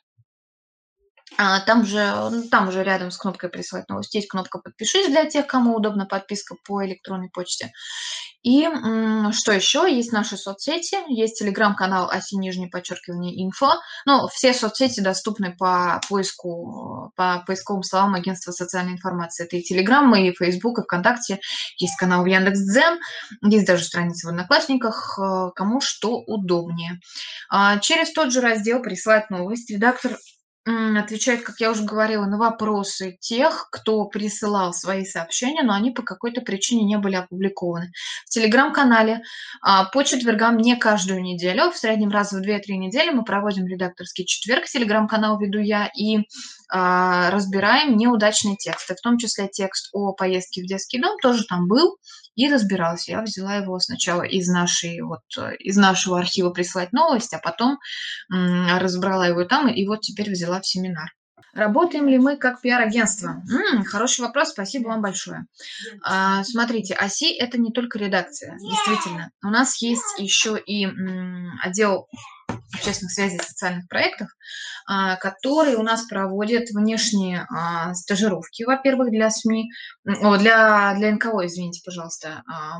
Там же рядом с кнопкой «Прислать новости» есть кнопка «Подпишись» для тех, кому удобна подписка по электронной почте. И что еще? Есть наши соцсети, есть телеграм-канал @инфо. Ну, все соцсети доступны по поисковым словам Агентства социальной информации. Это и Телеграм, и Фейсбук, и ВКонтакте. Есть канал в Яндекс.Дзен, есть даже страница в Одноклассниках, кому что удобнее. Через тот же раздел «Прислать новость» редактор отвечает, как я уже говорила, на вопросы тех, кто присылал свои сообщения, но они по какой-то причине не были опубликованы. В телеграм-канале по четвергам, не каждую неделю, в среднем раз в 2-3 недели мы проводим редакторский четверг, телеграм-канал веду я, и разбираем неудачные тексты, в том числе текст о поездке в детский дом тоже там был и разбиралась. Я взяла его сначала из нашего архива «Прислать новость», а потом разобрала его там, и вот теперь взяла в семинар. Работаем ли мы как пиар-агентство? Хороший вопрос, спасибо вам большое. Смотрите, ОСИ – это не только редакция, действительно. У нас есть еще и отдел общественных связей и социальных проектов, который у нас проводит внешние стажировки, во-первых, для СМИ, для НКО, извините, пожалуйста.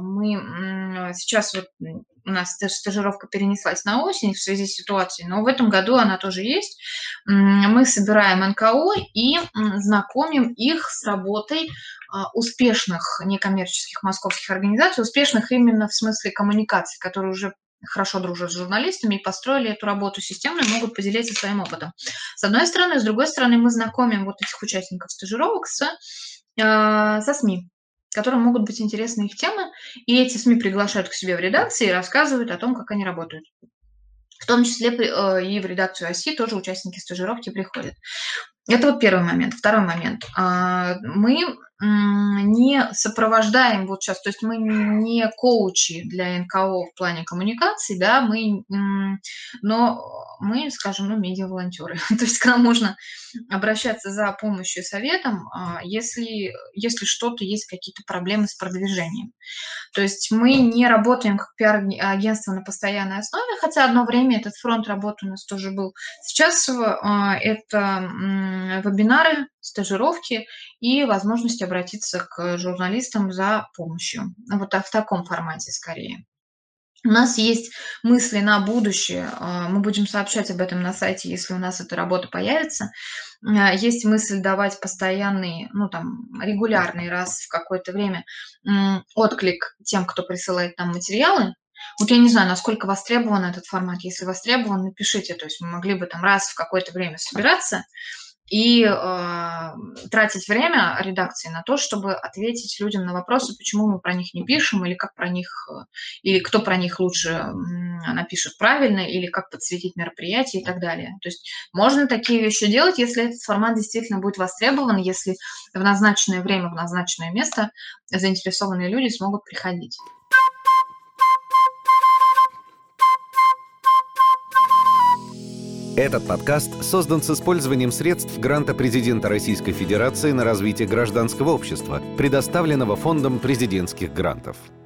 Мы сейчас вот у нас стажировка перенеслась на осень в связи с ситуацией, но в этом году она тоже есть. Мы собираем НКО и знакомим их с работой успешных некоммерческих московских организаций, успешных именно в смысле коммуникации, которые уже хорошо дружат с журналистами и построили эту работу системно и могут поделиться своим опытом. С одной стороны. С другой стороны, мы знакомим вот этих участников стажировок со СМИ, которым могут быть интересны их темы, и эти СМИ приглашают к себе в редакции и рассказывают о том, как они работают. В том числе и в редакцию ОСИ тоже участники стажировки приходят. Это вот первый момент. Второй момент. Мы не сопровождаем вот сейчас, то есть мы не коучи для НКО в плане коммуникаций, да, но мы, скажем, медиа-волонтеры. То есть к нам можно обращаться за помощью и советом, если что-то есть, какие-то проблемы с продвижением. То есть мы не работаем как пиар-агентство на постоянной основе, хотя одно время этот фронт работы у нас тоже был. Сейчас это вебинары, стажировки и возможность обратиться к журналистам за помощью. Вот в таком формате скорее. У нас есть мысли на будущее. Мы будем сообщать об этом на сайте, если у нас эта работа появится. Есть мысль давать постоянный, регулярный раз в какое-то время отклик тем, кто присылает нам материалы. Вот я не знаю, насколько востребован этот формат. Если востребован, напишите. То есть мы могли бы раз в какое-то время собираться и тратить время редакции на то, чтобы ответить людям на вопросы, почему мы про них не пишем, или как про них, или кто про них лучше напишет правильно, или как подсветить мероприятие и так далее. То есть можно такие вещи делать, если этот формат действительно будет востребован, если в назначенное время, в назначенное место заинтересованные люди смогут приходить. Этот подкаст создан с использованием средств гранта президента Российской Федерации на развитие гражданского общества, предоставленного Фондом президентских грантов.